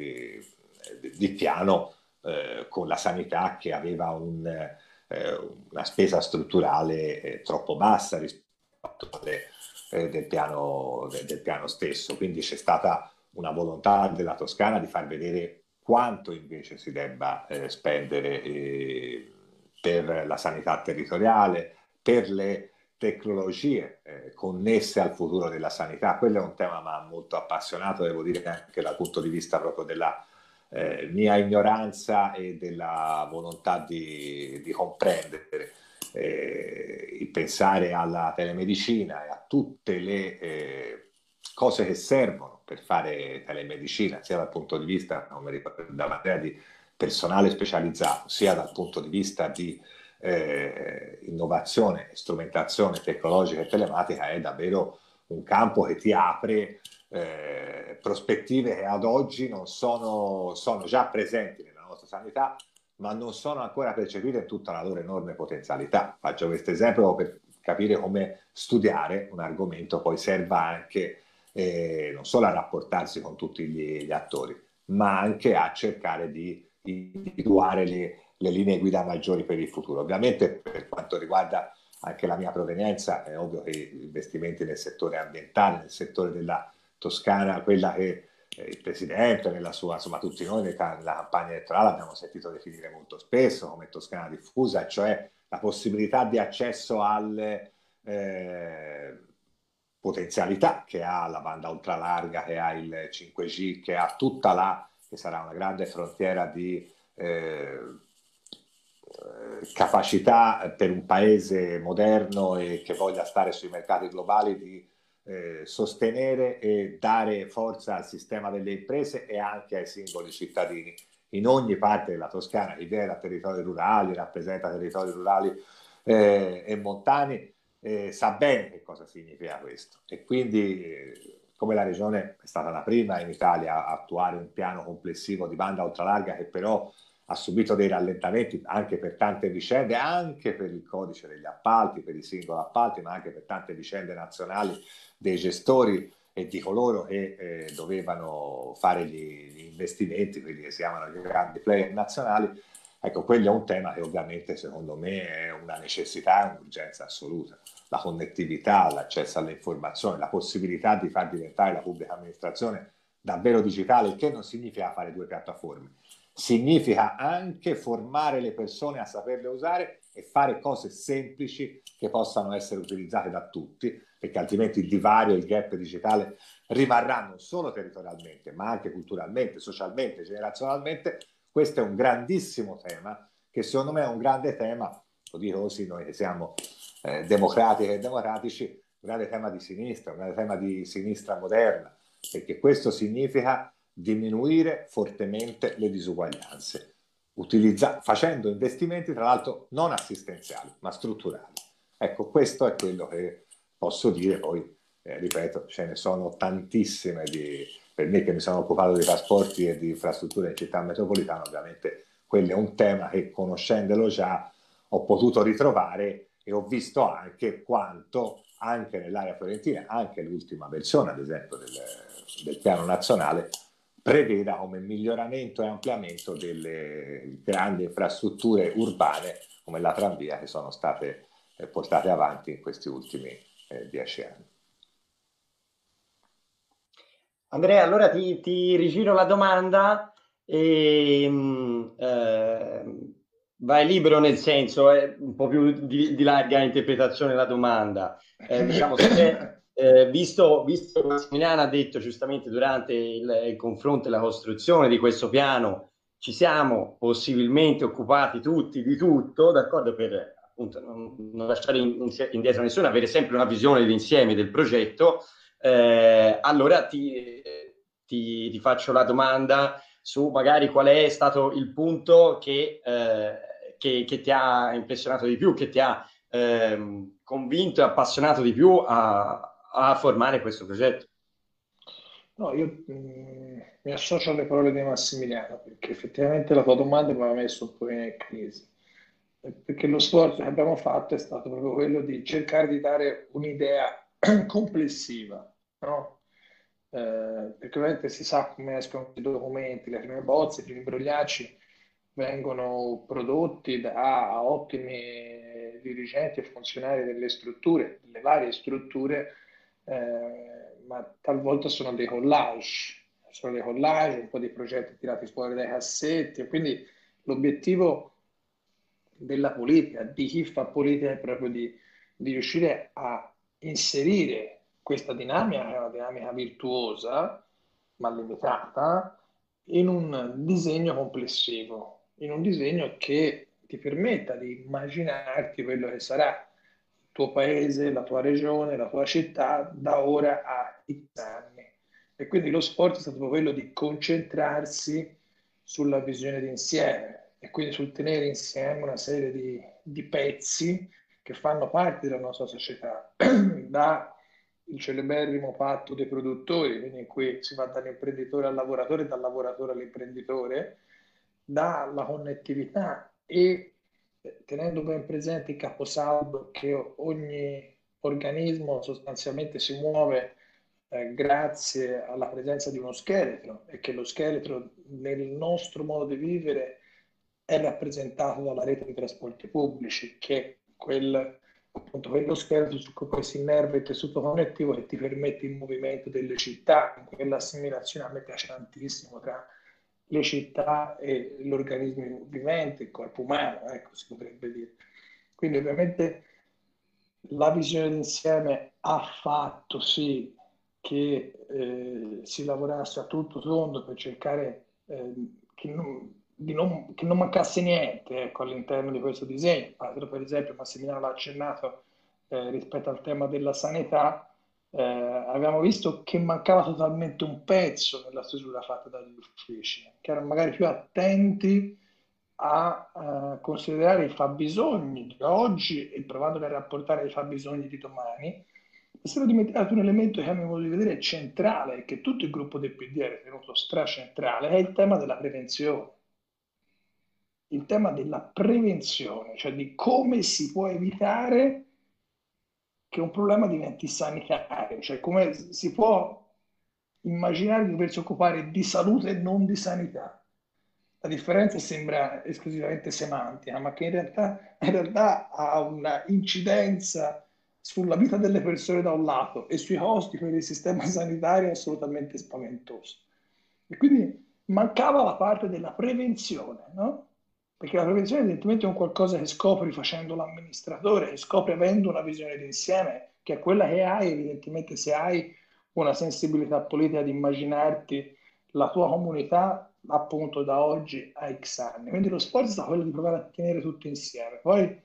S2: di piano con la sanità che aveva una spesa strutturale troppo bassa rispetto del piano stesso. Quindi c'è stata una volontà della Toscana di far vedere quanto invece si debba spendere per la sanità territoriale, per le tecnologie connesse al futuro della sanità. Quello è un tema molto appassionato, devo dire, anche dal punto di vista proprio della mia ignoranza e della volontà di comprendere. Il pensare alla telemedicina e a tutte le cose che servono per fare telemedicina, sia dal punto di vista, come ricordo, da materia di personale specializzato, sia dal punto di vista di innovazione, strumentazione tecnologica e telematica, è davvero un campo che ti apre prospettive che ad oggi non sono già presenti nella nostra sanità, ma non sono ancora percepite in tutta la loro enorme potenzialità. Faccio questo esempio per capire come studiare un argomento poi serva anche non solo a rapportarsi con tutti gli attori, ma anche a cercare di individuare le linee guida maggiori per il futuro. Ovviamente per quanto riguarda anche la mia provenienza, è ovvio che gli investimenti nel settore ambientale, nel settore della Toscana, quella che il Presidente, nella sua, insomma tutti noi nella campagna elettorale abbiamo sentito definire molto spesso come Toscana diffusa, cioè la possibilità di accesso alle potenzialità che ha la banda ultralarga, che ha il 5G, che ha tutta che sarà una grande frontiera di capacità per un paese moderno e che voglia stare sui mercati globali di sostenere e dare forza al sistema delle imprese e anche ai singoli cittadini. In ogni parte della Toscana, chi viene da territori rurali, rappresenta territori rurali e montani, sa bene che cosa significa questo. E quindi, come la Regione è stata la prima in Italia a attuare un piano complessivo di banda ultralarga che però ha subito dei rallentamenti anche per tante vicende, anche per il codice degli appalti, per i singoli appalti, ma anche per tante vicende nazionali dei gestori e di coloro che dovevano fare gli investimenti, quelli che si chiamano i grandi player nazionali. Ecco, quello è un tema che ovviamente secondo me è una necessità e un'urgenza assoluta. La connettività, l'accesso alle informazioni, la possibilità di far diventare la pubblica amministrazione davvero digitale, il che non significa fare due piattaforme, significa anche formare le persone a saperle usare e fare cose semplici che possano essere utilizzate da tutti, perché altrimenti il divario, il gap digitale rimarrà non solo territorialmente, ma anche culturalmente, socialmente, generazionalmente. Questo è un grandissimo tema, che secondo me è un grande tema, lo dico così, noi che siamo democratiche e democratici, un grande tema di sinistra, un grande tema di sinistra moderna, perché questo significa diminuire fortemente le disuguaglianze, facendo investimenti tra l'altro non assistenziali ma strutturali. Ecco, questo è quello che posso dire. Poi ripeto, ce ne sono tantissime per me che mi sono occupato di trasporti e di infrastrutture in città metropolitana. Ovviamente quello è un tema che, conoscendolo già, ho potuto ritrovare e ho visto anche quanto anche nell'area fiorentina, anche l'ultima versione ad esempio del piano nazionale, preveda come miglioramento e ampliamento delle grandi infrastrutture urbane come la tranvia che sono state portate avanti in questi ultimi 10 anni.
S1: Andrea, allora ti rigiro la domanda e vai libero, nel senso è un po' più di larga interpretazione la domanda. Diciamo, visto che Massimiliano ha detto giustamente durante il confronto e la costruzione di questo piano, ci siamo possibilmente occupati tutti di tutto, d'accordo, per appunto non lasciare indietro nessuno, avere sempre una visione d'insieme del progetto. Allora ti faccio la domanda su magari qual è stato il punto che ti ha impressionato di più, che ti ha convinto e appassionato di più a formare questo progetto.
S4: No, io mi associo alle parole di Massimiliano, perché effettivamente la tua domanda mi ha messo un po' in crisi, perché lo sforzo che abbiamo fatto è stato proprio quello di cercare di dare un'idea complessiva, no? Perché ovviamente si sa come escono i documenti, le prime bozze, i primi brogliacci vengono prodotti da ottimi dirigenti e funzionari delle strutture, delle varie strutture, ma talvolta sono dei collage, un po' di progetti tirati fuori dai cassetti, e quindi l'obiettivo della politica, di chi fa politica, è proprio di riuscire a inserire questa dinamica, che è una dinamica virtuosa, ma limitata, in un disegno complessivo, in un disegno che ti permetta di immaginarti quello che sarà il tuo paese, la tua regione, la tua città da ora a X anni. E quindi lo sforzo è stato proprio quello di concentrarsi sulla visione d'insieme e quindi sul tenere insieme una serie di pezzi che fanno parte della nostra società, da il celeberrimo patto dei produttori, quindi in cui si va dall'imprenditore al lavoratore e dal lavoratore all'imprenditore, dalla connettività e tenendo ben presente il caposaldo che ogni organismo sostanzialmente si muove grazie alla presenza di uno scheletro e che lo scheletro nel nostro modo di vivere è rappresentato dalla rete di trasporti pubblici, che è appunto, quello scheletro su cui poi si innerva il tessuto connettivo che ti permette il movimento delle città. Quell'assimilazione a me piace tantissimo tra le città e l'organismo vivente, il corpo umano, ecco, si potrebbe dire. Quindi ovviamente la visione d'insieme ha fatto sì che si lavorasse a tutto tondo per cercare che non mancasse niente, ecco, all'interno di questo disegno. Per esempio, Massimiliano l'ha accennato rispetto al tema della sanità, abbiamo visto che mancava totalmente un pezzo nella stesura fatta dagli uffici, che erano magari più attenti a considerare i fabbisogni di oggi e provandoli a rapportare ai fabbisogni di domani. Mi sono dimenticato un elemento che a mio modo di vedere è centrale e che tutto il gruppo del PD ha ritenuto stracentrale, è il tema della prevenzione. Il tema della prevenzione, cioè di come si può evitare che un problema diventi sanitario, cioè come si può immaginare di doversi occupare di salute e non di sanità. La differenza sembra esclusivamente semantica, ma che in realtà ha una incidenza sulla vita delle persone da un lato e sui costi per il sistema sanitario assolutamente spaventoso. E quindi mancava la parte della prevenzione, no? Perché la prevenzione evidentemente è un qualcosa che scopri facendo l'amministratore, che scopri avendo una visione d'insieme, che è quella che hai evidentemente se hai una sensibilità politica di immaginarti la tua comunità appunto da oggi a X anni. Quindi lo sforzo è quello di provare a tenere tutto insieme. Poi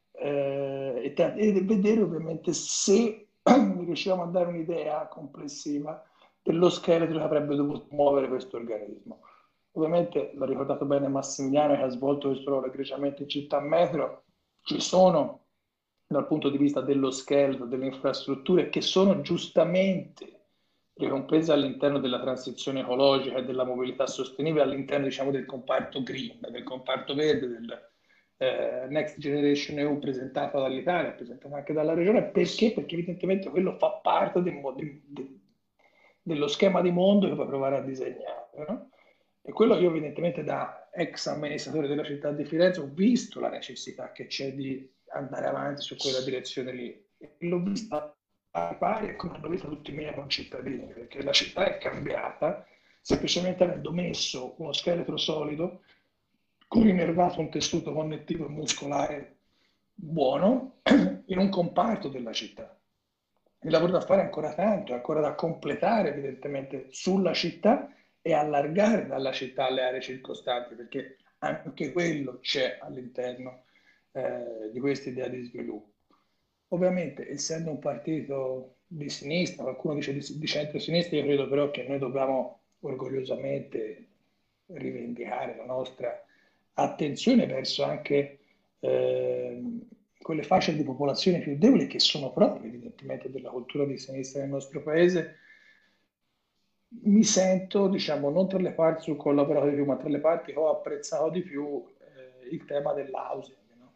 S4: e vedere ovviamente se riusciamo a dare un'idea complessiva dello scheletro che avrebbe dovuto muovere questo organismo. Ovviamente l'ha ricordato bene Massimiliano che ha svolto questo ruolo egregiamente in città metro, ci sono dal punto di vista dello scheletro, delle infrastrutture che sono giustamente ricomprese all'interno della transizione ecologica e della mobilità sostenibile, all'interno diciamo, del comparto green, del comparto verde, del Next Generation EU presentata dall'Italia, presentata anche dalla regione. Perché? Perché evidentemente quello fa parte dello schema di mondo che puoi provare a disegnare. No? E quello io evidentemente da ex amministratore della città di Firenze ho visto la necessità che c'è di andare avanti su quella direzione lì. E l'ho vista a pari e come hanno visto tutti i miei concittadini, perché la città è cambiata semplicemente avendo messo uno scheletro solido, con innervato un tessuto connettivo e muscolare buono in un comparto della città. Il lavoro da fare è ancora tanto, è ancora da completare evidentemente sulla città e allargare dalla città alle aree circostanti, perché anche quello c'è all'interno di questa idea di sviluppo. Ovviamente, essendo un partito di sinistra, qualcuno dice di centro-sinistra, io credo però che noi dobbiamo orgogliosamente rivendicare la nostra attenzione verso anche quelle fasce di popolazione più deboli che sono proprie evidentemente della cultura di sinistra nel nostro paese. Mi sento, diciamo, non tra le parti sul collaborato di più, ma tra le parti che ho apprezzato di più il tema dell'housing, no?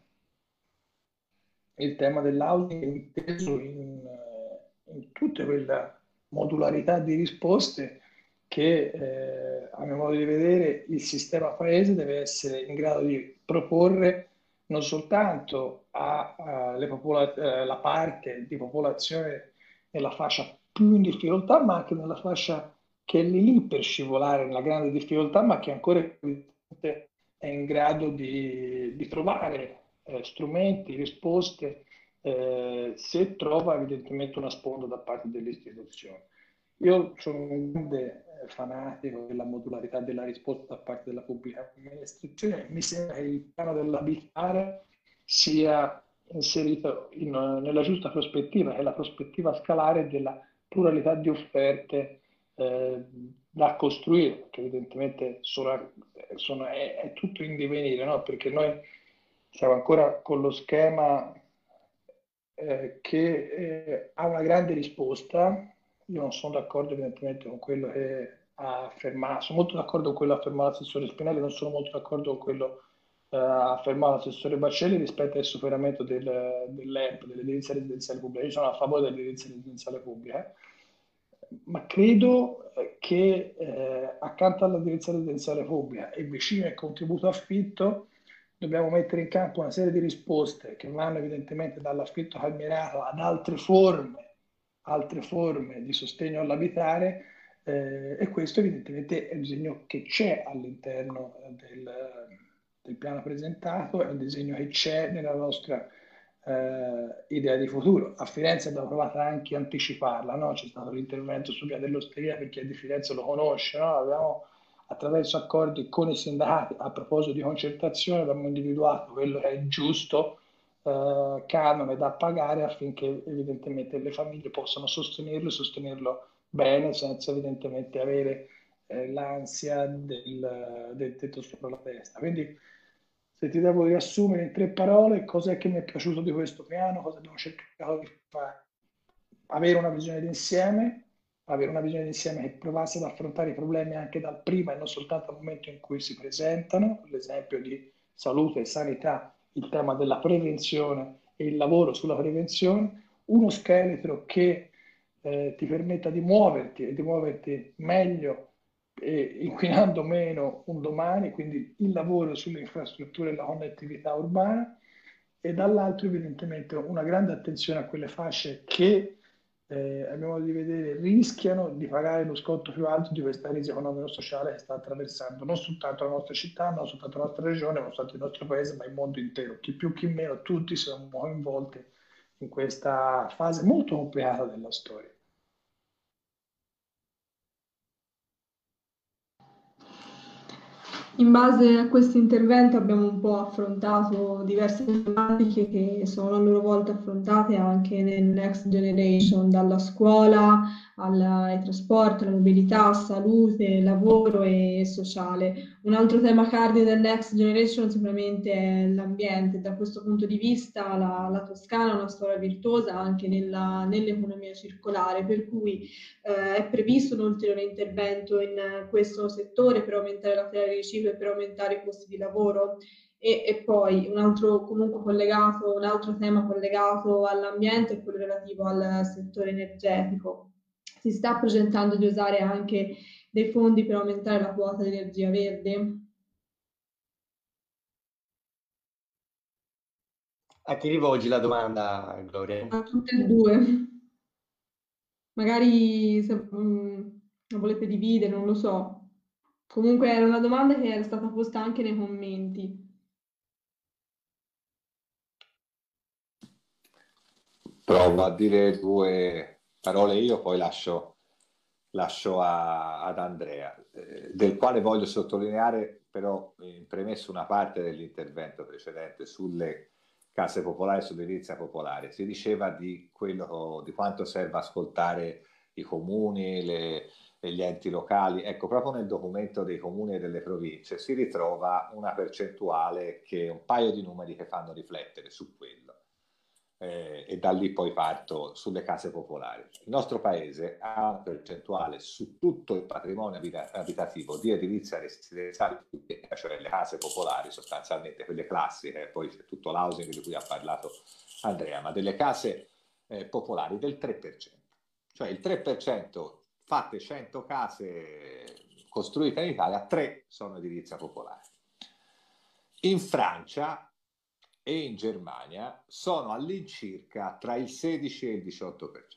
S4: Il tema dell'housing inteso in tutte quelle modularità di risposte che, a mio modo di vedere, il sistema paese deve essere in grado di proporre non soltanto alla parte di popolazione nella fascia più in difficoltà, ma anche nella fascia che è lì per scivolare nella grande difficoltà, ma che ancora è in grado di trovare strumenti, risposte, se trova evidentemente una sponda da parte delle istituzioni. Io sono un grande fanatico della modularità della risposta da parte della pubblica amministrazione. Mi sembra che il piano dell'abitare sia inserito nella giusta prospettiva, che è la prospettiva scalare della pluralità di offerte da costruire, che evidentemente è tutto in divenire, no? Perché noi siamo ancora con lo schema che ha una grande risposta. Io non sono d'accordo evidentemente con quello che ha affermato, sono molto d'accordo con quello affermato l'assessore Spinelli, non sono molto d'accordo con quello affermato l'assessore Baccelli rispetto al superamento dell'ERP, dell'edilizia residenziale pubblica. Io sono a favore dell'edilizia residenziale pubblica, ma credo che accanto all'edilizia residenziale pubblica e vicino al contributo affitto dobbiamo mettere in campo una serie di risposte che vanno evidentemente dall'affitto calmierato ad altre forme di sostegno all'abitare, e questo evidentemente è un disegno che c'è all'interno del piano presentato, è un disegno che c'è nella nostra idea di futuro. A Firenze abbiamo provato anche a anticiparla, no? C'è stato l'intervento su Via dell'Osteria, per chi è di Firenze lo conosce, no? Abbiamo, attraverso accordi con i sindacati, a proposito di concertazione, abbiamo individuato quello che è il giusto canone da pagare affinché evidentemente le famiglie possano sostenerlo e sostenerlo bene, senza evidentemente avere l'ansia del tetto sopra la testa. Quindi, se ti devo riassumere in 3 parole, cos'è che mi è piaciuto di questo piano, cosa abbiamo cercato di fare? Avere una visione d'insieme, che provasse ad affrontare i problemi anche dal prima e non soltanto al momento in cui si presentano, l'esempio di salute e sanità, il tema della prevenzione e il lavoro sulla prevenzione, uno scheletro che ti permetta di muoverti e di muoverti meglio e inquinando meno un domani, quindi il lavoro sulle infrastrutture e la connettività urbana, e dall'altro evidentemente una grande attenzione a quelle fasce che abbiamo di vedere rischiano di pagare lo scotto più alto di questa crisi economico-sociale che sta attraversando non soltanto la nostra città, non soltanto la nostra regione, non soltanto il nostro paese, ma il mondo intero. Chi più chi meno, tutti siamo coinvolti in questa fase molto complicata della storia.
S3: In base a questo intervento abbiamo un po' affrontato diverse tematiche che sono a loro volta affrontate anche nel Next Generation, dalla scuola ai trasporti, alla mobilità, salute, lavoro e sociale. Un altro tema cardine del Next Generation sicuramente è l'ambiente. Da questo punto di vista la Toscana ha una storia virtuosa anche nell'economia circolare, per cui è previsto un ulteriore intervento in questo settore per aumentare la materiale di riciclo e per aumentare i posti di lavoro. E poi un altro, comunque collegato, un altro tema collegato all'ambiente è quello relativo al settore energetico. Si sta progettando di usare anche dei fondi per aumentare la quota di energia verde?
S1: A chi rivolgi la domanda, Gloria?
S3: A tutte e due. Magari se la volete dividere, non lo so. Comunque era una domanda che era stata posta anche nei commenti.
S2: Provo a dire 2 parole io, poi lascio ad Andrea, del quale voglio sottolineare però in premesso una parte dell'intervento precedente sulle case popolari e sull'edilizia popolare. Si diceva di quanto serve ascoltare i comuni e gli enti locali. Ecco, proprio nel documento dei comuni e delle province si ritrova una percentuale, un paio di numeri che fanno riflettere su quello. E da lì poi parto sulle case popolari. Il nostro paese ha una percentuale su tutto il patrimonio abitativo di edilizia residenziale, cioè le case popolari, sostanzialmente quelle classiche, poi c'è tutto l'housing di cui ha parlato Andrea, ma delle case popolari del 3%. Cioè il 3%, fatte 100 case costruite in Italia, 3 sono edilizia popolare. In Francia e in Germania sono all'incirca tra il 16 e il 18%.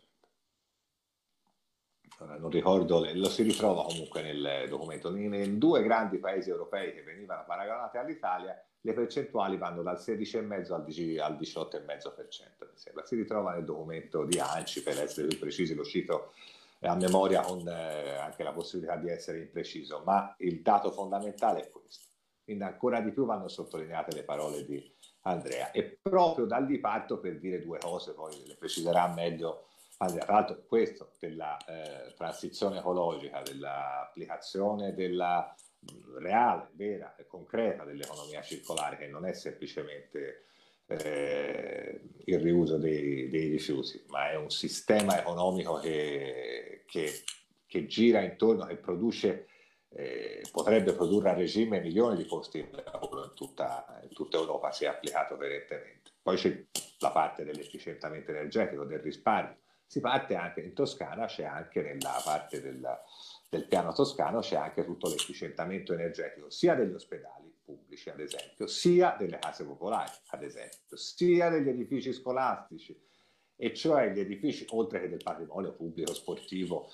S2: Non ricordo, lo si ritrova comunque nel documento. In 2 grandi paesi europei che venivano paragonati all'Italia, le percentuali vanno dal 16,5 al 18,5%, mi sembra. Si ritrova nel documento di ANCI, per essere più precisi, lo cito a memoria con anche la possibilità di essere impreciso, ma il dato fondamentale è questo. Quindi ancora di più vanno sottolineate le parole di Andrea, e proprio da lì parto per dire 2 cose, poi le preciserà meglio Andrea. Tra l'altro questo della transizione ecologica, dell'applicazione della reale, vera e concreta dell'economia circolare, che non è semplicemente il riuso dei rifiuti, ma è un sistema economico che che gira intorno, che produce, potrebbe produrre a regime milioni di posti di lavoro in tutta Europa, se applicato coerentemente. Poi c'è la parte dell'efficientamento energetico, del risparmio. Si parte anche in Toscana, c'è anche nella parte del piano toscano, c'è anche tutto l'efficientamento energetico, sia degli ospedali pubblici, ad esempio, sia delle case popolari, ad esempio, sia degli edifici scolastici, e cioè gli edifici, oltre che del patrimonio pubblico sportivo.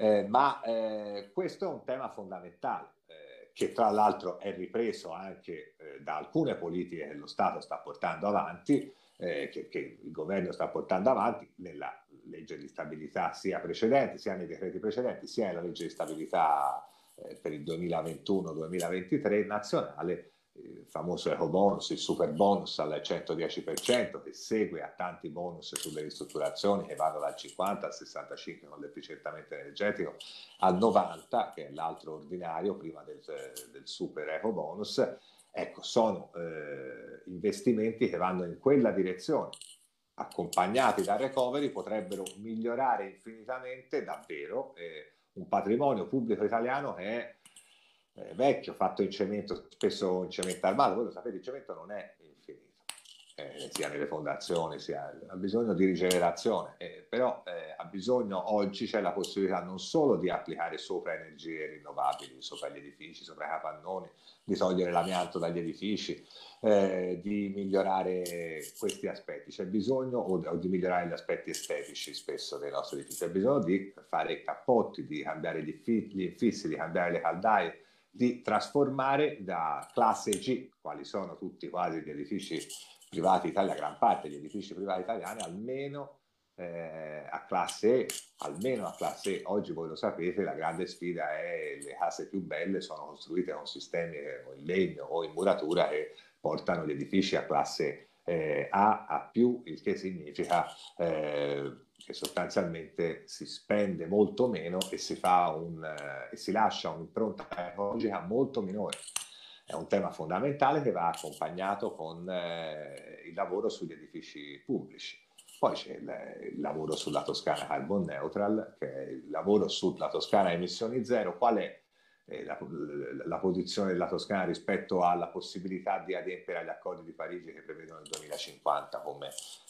S2: Questo è un tema fondamentale, che tra l'altro è ripreso anche da alcune politiche che lo Stato sta portando avanti, che il governo sta portando avanti nella legge di stabilità sia precedente, sia nei decreti precedenti, sia nella legge di stabilità per il 2021-2023 nazionale, il famoso eco bonus, il super bonus al 110%, che segue a tanti bonus sulle ristrutturazioni che vanno dal 50 al 65 con l'efficientamento energetico, al 90 che è l'altro ordinario prima del super eco bonus. Ecco, sono investimenti che vanno in quella direzione, accompagnati dal recovery, potrebbero migliorare infinitamente davvero un patrimonio pubblico italiano che è vecchio, fatto in cemento, spesso in cemento armato. Voi lo sapete, il cemento non è infinito, sia nelle fondazioni, ha bisogno di rigenerazione, però ha bisogno, oggi c'è la possibilità non solo di applicare sopra energie rinnovabili, sopra gli edifici, sopra i capannoni, di togliere l'amianto dagli edifici, di migliorare questi aspetti, c'è bisogno, o di migliorare gli aspetti estetici spesso dei nostri edifici, c'è bisogno di fare i cappotti, di cambiare gli infissi, di cambiare le caldaie, di trasformare da classe G, quali sono tutti quasi gli edifici privati italiani, la gran parte degli edifici privati italiani, almeno a classe E, almeno a classe E. Oggi voi lo sapete, la grande sfida è le case più belle sono costruite con sistemi in legno o in muratura che portano gli edifici a classe A+, il che significa che sostanzialmente si spende molto meno e si lascia un'impronta ecologica molto minore. È un tema fondamentale che va accompagnato con il lavoro sugli edifici pubblici. Poi c'è il lavoro sulla Toscana Carbon Neutral, che è il lavoro sulla Toscana Emissioni Zero. Qual è la posizione della Toscana rispetto alla possibilità di adempiere agli accordi di Parigi che prevedono il 2050 come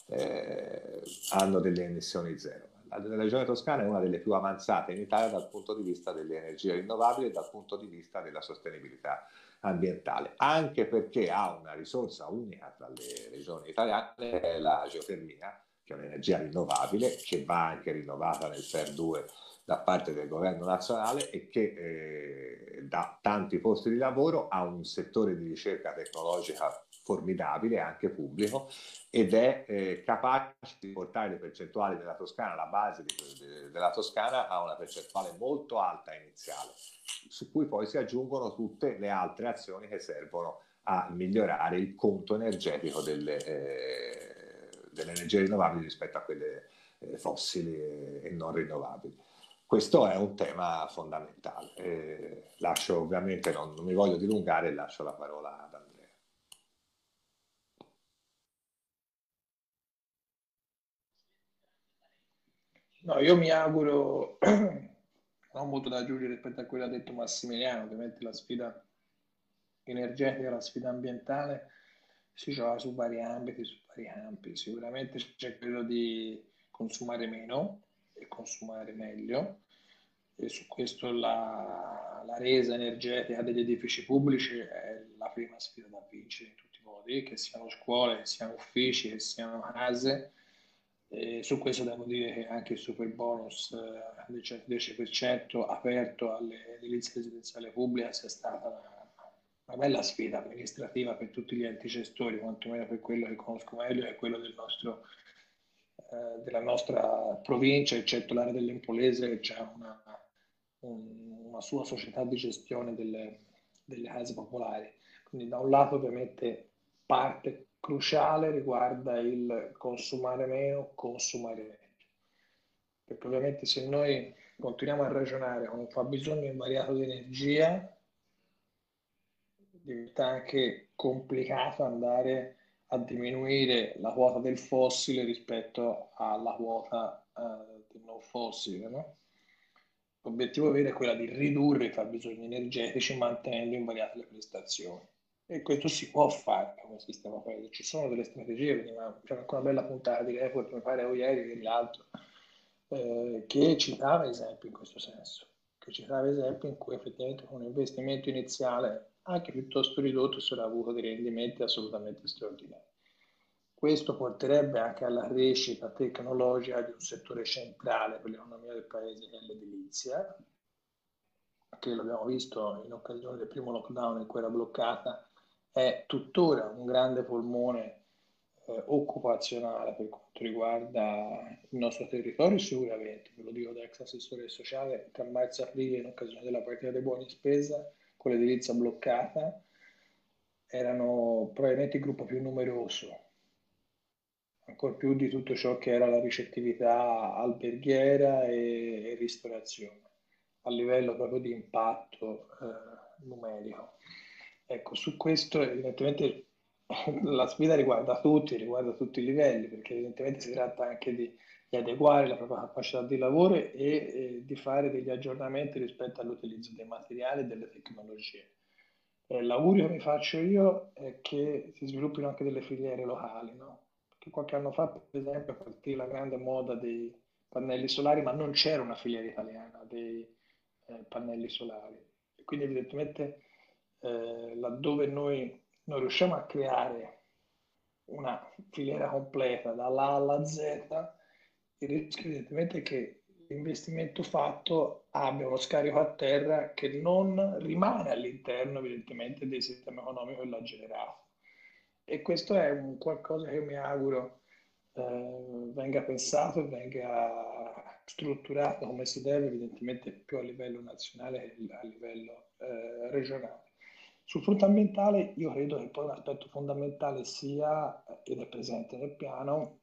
S2: anno delle emissioni zero? La regione toscana è una delle più avanzate in Italia dal punto di vista delle energie rinnovabili e dal punto di vista della sostenibilità ambientale, anche perché ha una risorsa unica tra le regioni italiane, che è la geotermia, che è un'energia rinnovabile, che va anche rinnovata nel FER 2 da parte del governo nazionale e che dà tanti posti di lavoro, ha un settore di ricerca tecnologica formidabile, anche pubblico, ed è capace di portare le percentuali della Toscana, la base della Toscana, a una percentuale molto alta iniziale, su cui poi si aggiungono tutte le altre azioni che servono a migliorare il conto energetico delle energie rinnovabili rispetto a quelle fossili e non rinnovabili. Questo è un tema fondamentale. Lascio ovviamente, non mi voglio dilungare, lascio la parola ad Andrea.
S4: No, io mi auguro, non ho molto da aggiungere rispetto a quello che ha detto Massimiliano, ovviamente la sfida energetica, la sfida ambientale si gioca su vari ambiti, su vari campi. Sicuramente c'è quello di consumare meno e consumare meglio, e su questo la resa energetica degli edifici pubblici è la prima sfida da vincere in tutti i modi, che siano scuole, che siano uffici, che siano case. E su questo devo dire che anche il super bonus del 110% aperto all'edilizia residenziale pubblica sia stata una bella sfida amministrativa per tutti gli enti gestori, quantomeno per quello che conosco meglio, è quello della nostra provincia, eccetto l'area dell'Empolese, che ha una sua società di gestione delle case popolari. Quindi da un lato ovviamente parte cruciale riguarda il consumare meno, consumare meglio. Perché ovviamente se noi continuiamo a ragionare con un fabbisogno invariato di energia, diventa anche complicato andare a diminuire la quota del fossile rispetto alla quota del non fossile, no? L'obiettivo vero è quello di ridurre i fabbisogni energetici mantenendo invariate le prestazioni. E questo si può fare come sistema paese. Ci sono delle strategie, c'è anche una bella puntata di Report, mi pare o ieri o l'altro, che citava esempi in questo senso, che citava esempi in cui effettivamente con un investimento iniziale anche piuttosto ridotto si era avuto dei rendimenti assolutamente straordinari. Questo porterebbe anche alla crescita tecnologica di un settore centrale per l'economia del paese, che è l'edilizia, che l'abbiamo visto in occasione del primo lockdown in cui era bloccata, è tuttora un grande polmone occupazionale per quanto riguarda il nostro territorio, sicuramente, ve lo dico da ex assessore sociale, tra marzo e aprile in occasione della partita dei buoni spesa, con l'edilizia bloccata, erano probabilmente il gruppo più numeroso, ancora più di tutto ciò che era la ricettività alberghiera e ristorazione, a livello proprio di impatto numerico. Ecco, su questo evidentemente la sfida riguarda tutti i livelli, perché evidentemente si tratta anche di adeguare la propria capacità di lavoro e di fare degli aggiornamenti rispetto all'utilizzo dei materiali e delle tecnologie. L'augurio che mi faccio io è che si sviluppino anche delle filiere locali, no? Perché qualche anno fa, per esempio, partì la grande moda dei pannelli solari, ma non c'era una filiera italiana dei pannelli solari. E quindi evidentemente laddove noi non riusciamo a creare una filiera completa dalla A alla Z, il rischio evidentemente è che l'investimento fatto abbia uno scarico a terra che non rimane all'interno evidentemente del sistema economico che l'ha generato. E questo è un qualcosa che io mi auguro venga pensato e venga strutturato come si deve, evidentemente più a livello nazionale che a livello regionale. Sul fronte ambientale io credo che poi un aspetto fondamentale sia, ed è presente nel piano,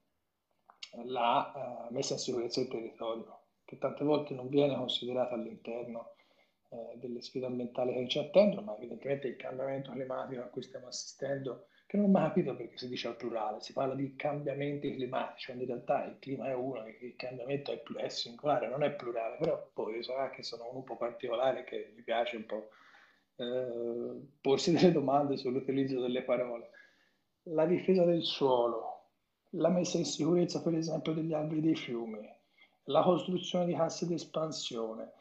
S4: la messa in sicurezza del territorio, che tante volte non viene considerata all'interno delle sfide ambientali che ci attendono, ma evidentemente il cambiamento climatico a cui stiamo assistendo, che non ho mai capito perché si dice al plurale, si parla di cambiamenti climatici, quando in realtà il clima è uno, il cambiamento è singolare, non è plurale, però poi sarà che sono uno un po' particolare, che mi piace un po' porsi delle domande sull'utilizzo delle parole. La difesa del suolo, la messa in sicurezza per esempio degli alvei dei fiumi, la costruzione di casse di espansione,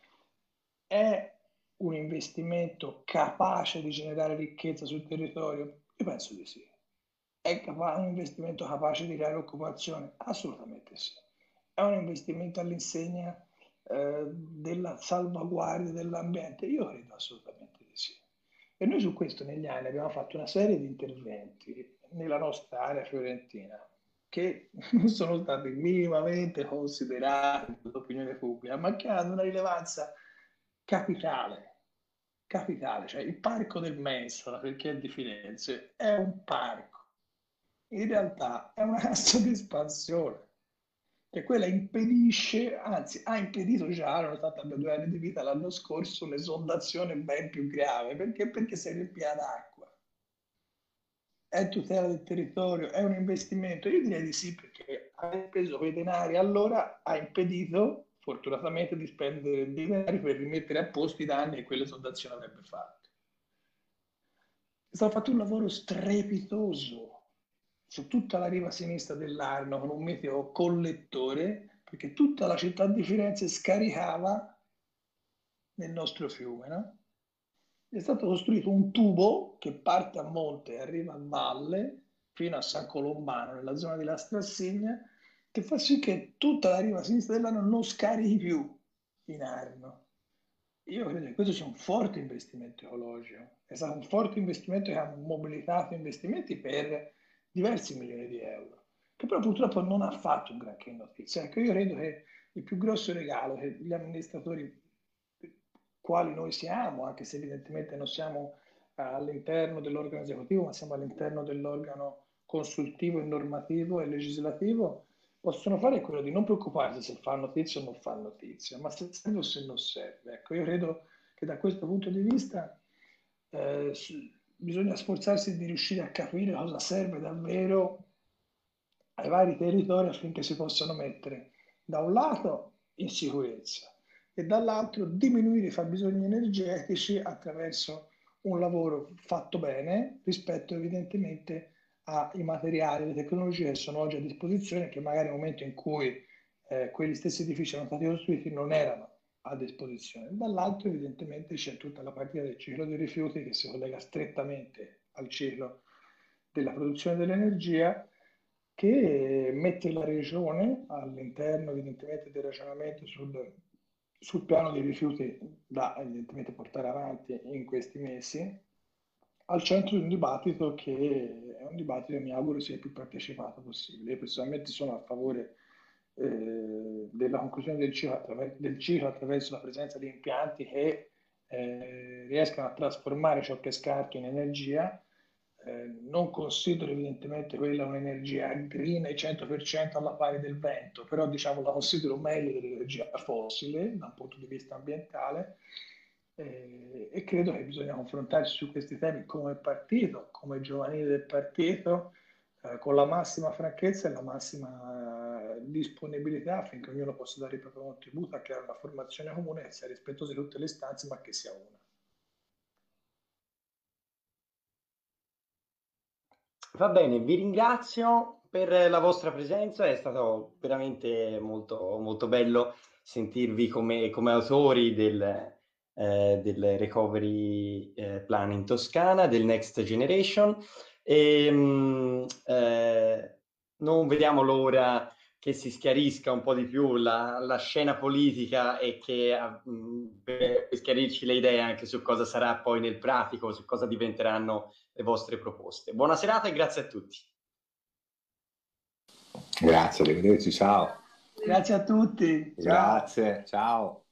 S4: è un investimento capace di generare ricchezza sul territorio? Io penso di sì. È un investimento capace di creare occupazione? Assolutamente sì. È un investimento all'insegna della salvaguardia dell'ambiente? Io credo assolutamente di sì. E noi su questo negli anni abbiamo fatto una serie di interventi nella nostra area fiorentina che non sono stati minimamente considerati dall'opinione pubblica, ma che hanno una rilevanza capitale. Capitale, cioè il parco del Mensola, perché è di Firenze, è un parco. In realtà è una cassa di espansione, che quella impedisce, anzi ha impedito già, nonostante abbia 2 anni di vita, l'anno scorso, un'esondazione ben più grave. Perché? Perché si riempie d'acqua. È tutela del territorio, è un investimento? Io direi di sì, perché aver preso quei denari allora ha impedito, fortunatamente, di spendere dei denari per rimettere a posto i danni che quell'esondazione avrebbe fatto. È stato fatto un lavoro strepitoso su tutta la riva sinistra dell'Arno con un meteo collettore, perché tutta la città di Firenze scaricava nel nostro fiume, no? È stato costruito un tubo che parte a monte e arriva a valle fino a San Colombano, nella zona di La Strassigna, che fa sì che tutta la riva sinistra dell'Arno non scarichi più in Arno. Io credo che questo sia un forte investimento ecologico, è stato un forte investimento che ha mobilitato investimenti per diversi milioni di euro, che però purtroppo non ha fatto un granché notizia. Ecco, io credo che il più grosso regalo che gli amministratori, quali noi siamo, anche se evidentemente non siamo all'interno dell'organo esecutivo, ma siamo all'interno dell'organo consultivo e normativo e legislativo, possono fare è quello di non preoccuparsi se fa notizia o non fa notizia, ma se serve o se non serve. Ecco, io credo che da questo punto di vista eh, bisogna sforzarsi di riuscire a capire cosa serve davvero ai vari territori affinché si possano mettere da un lato in sicurezza e dall'altro diminuire i fabbisogni energetici attraverso un lavoro fatto bene rispetto evidentemente ai materiali, alle tecnologie che sono oggi a disposizione, che magari nel momento in cui quegli stessi edifici erano stati costruiti non erano a disposizione. Dall'altro evidentemente c'è tutta la partita del ciclo dei rifiuti che si collega strettamente al ciclo della produzione dell'energia, che mette la regione all'interno evidentemente del ragionamento sul piano dei rifiuti da evidentemente portare avanti in questi mesi, al centro di un dibattito che è un dibattito che mi auguro sia il più partecipato possibile. Io personalmente sono a favore della conclusione del ciclo attraverso la presenza di impianti che riescano a trasformare ciò che è scarto in energia. Non considero evidentemente quella un'energia green al 100% alla pari del vento, però diciamo la considero meglio dell'energia fossile da un punto di vista ambientale, e credo che bisogna confrontarsi su questi temi come partito, come giovanile del partito, con la massima franchezza e la massima disponibilità affinché ognuno possa dare il proprio contributo a creare una formazione comune che sia rispettosa di tutte le istanze ma che sia una.
S1: Va bene, vi ringrazio per la vostra presenza, è stato veramente molto, molto bello sentirvi come autori del Recovery Plan in Toscana, del Next Generation. E, non vediamo l'ora che si schiarisca un po' di più la scena politica e che per schiarirci le idee anche su cosa sarà poi nel pratico, su cosa diventeranno le vostre proposte. Buona serata e grazie a tutti.
S2: Grazie, arrivederci, ciao.
S4: Grazie a tutti. Ciao.
S2: Grazie, ciao.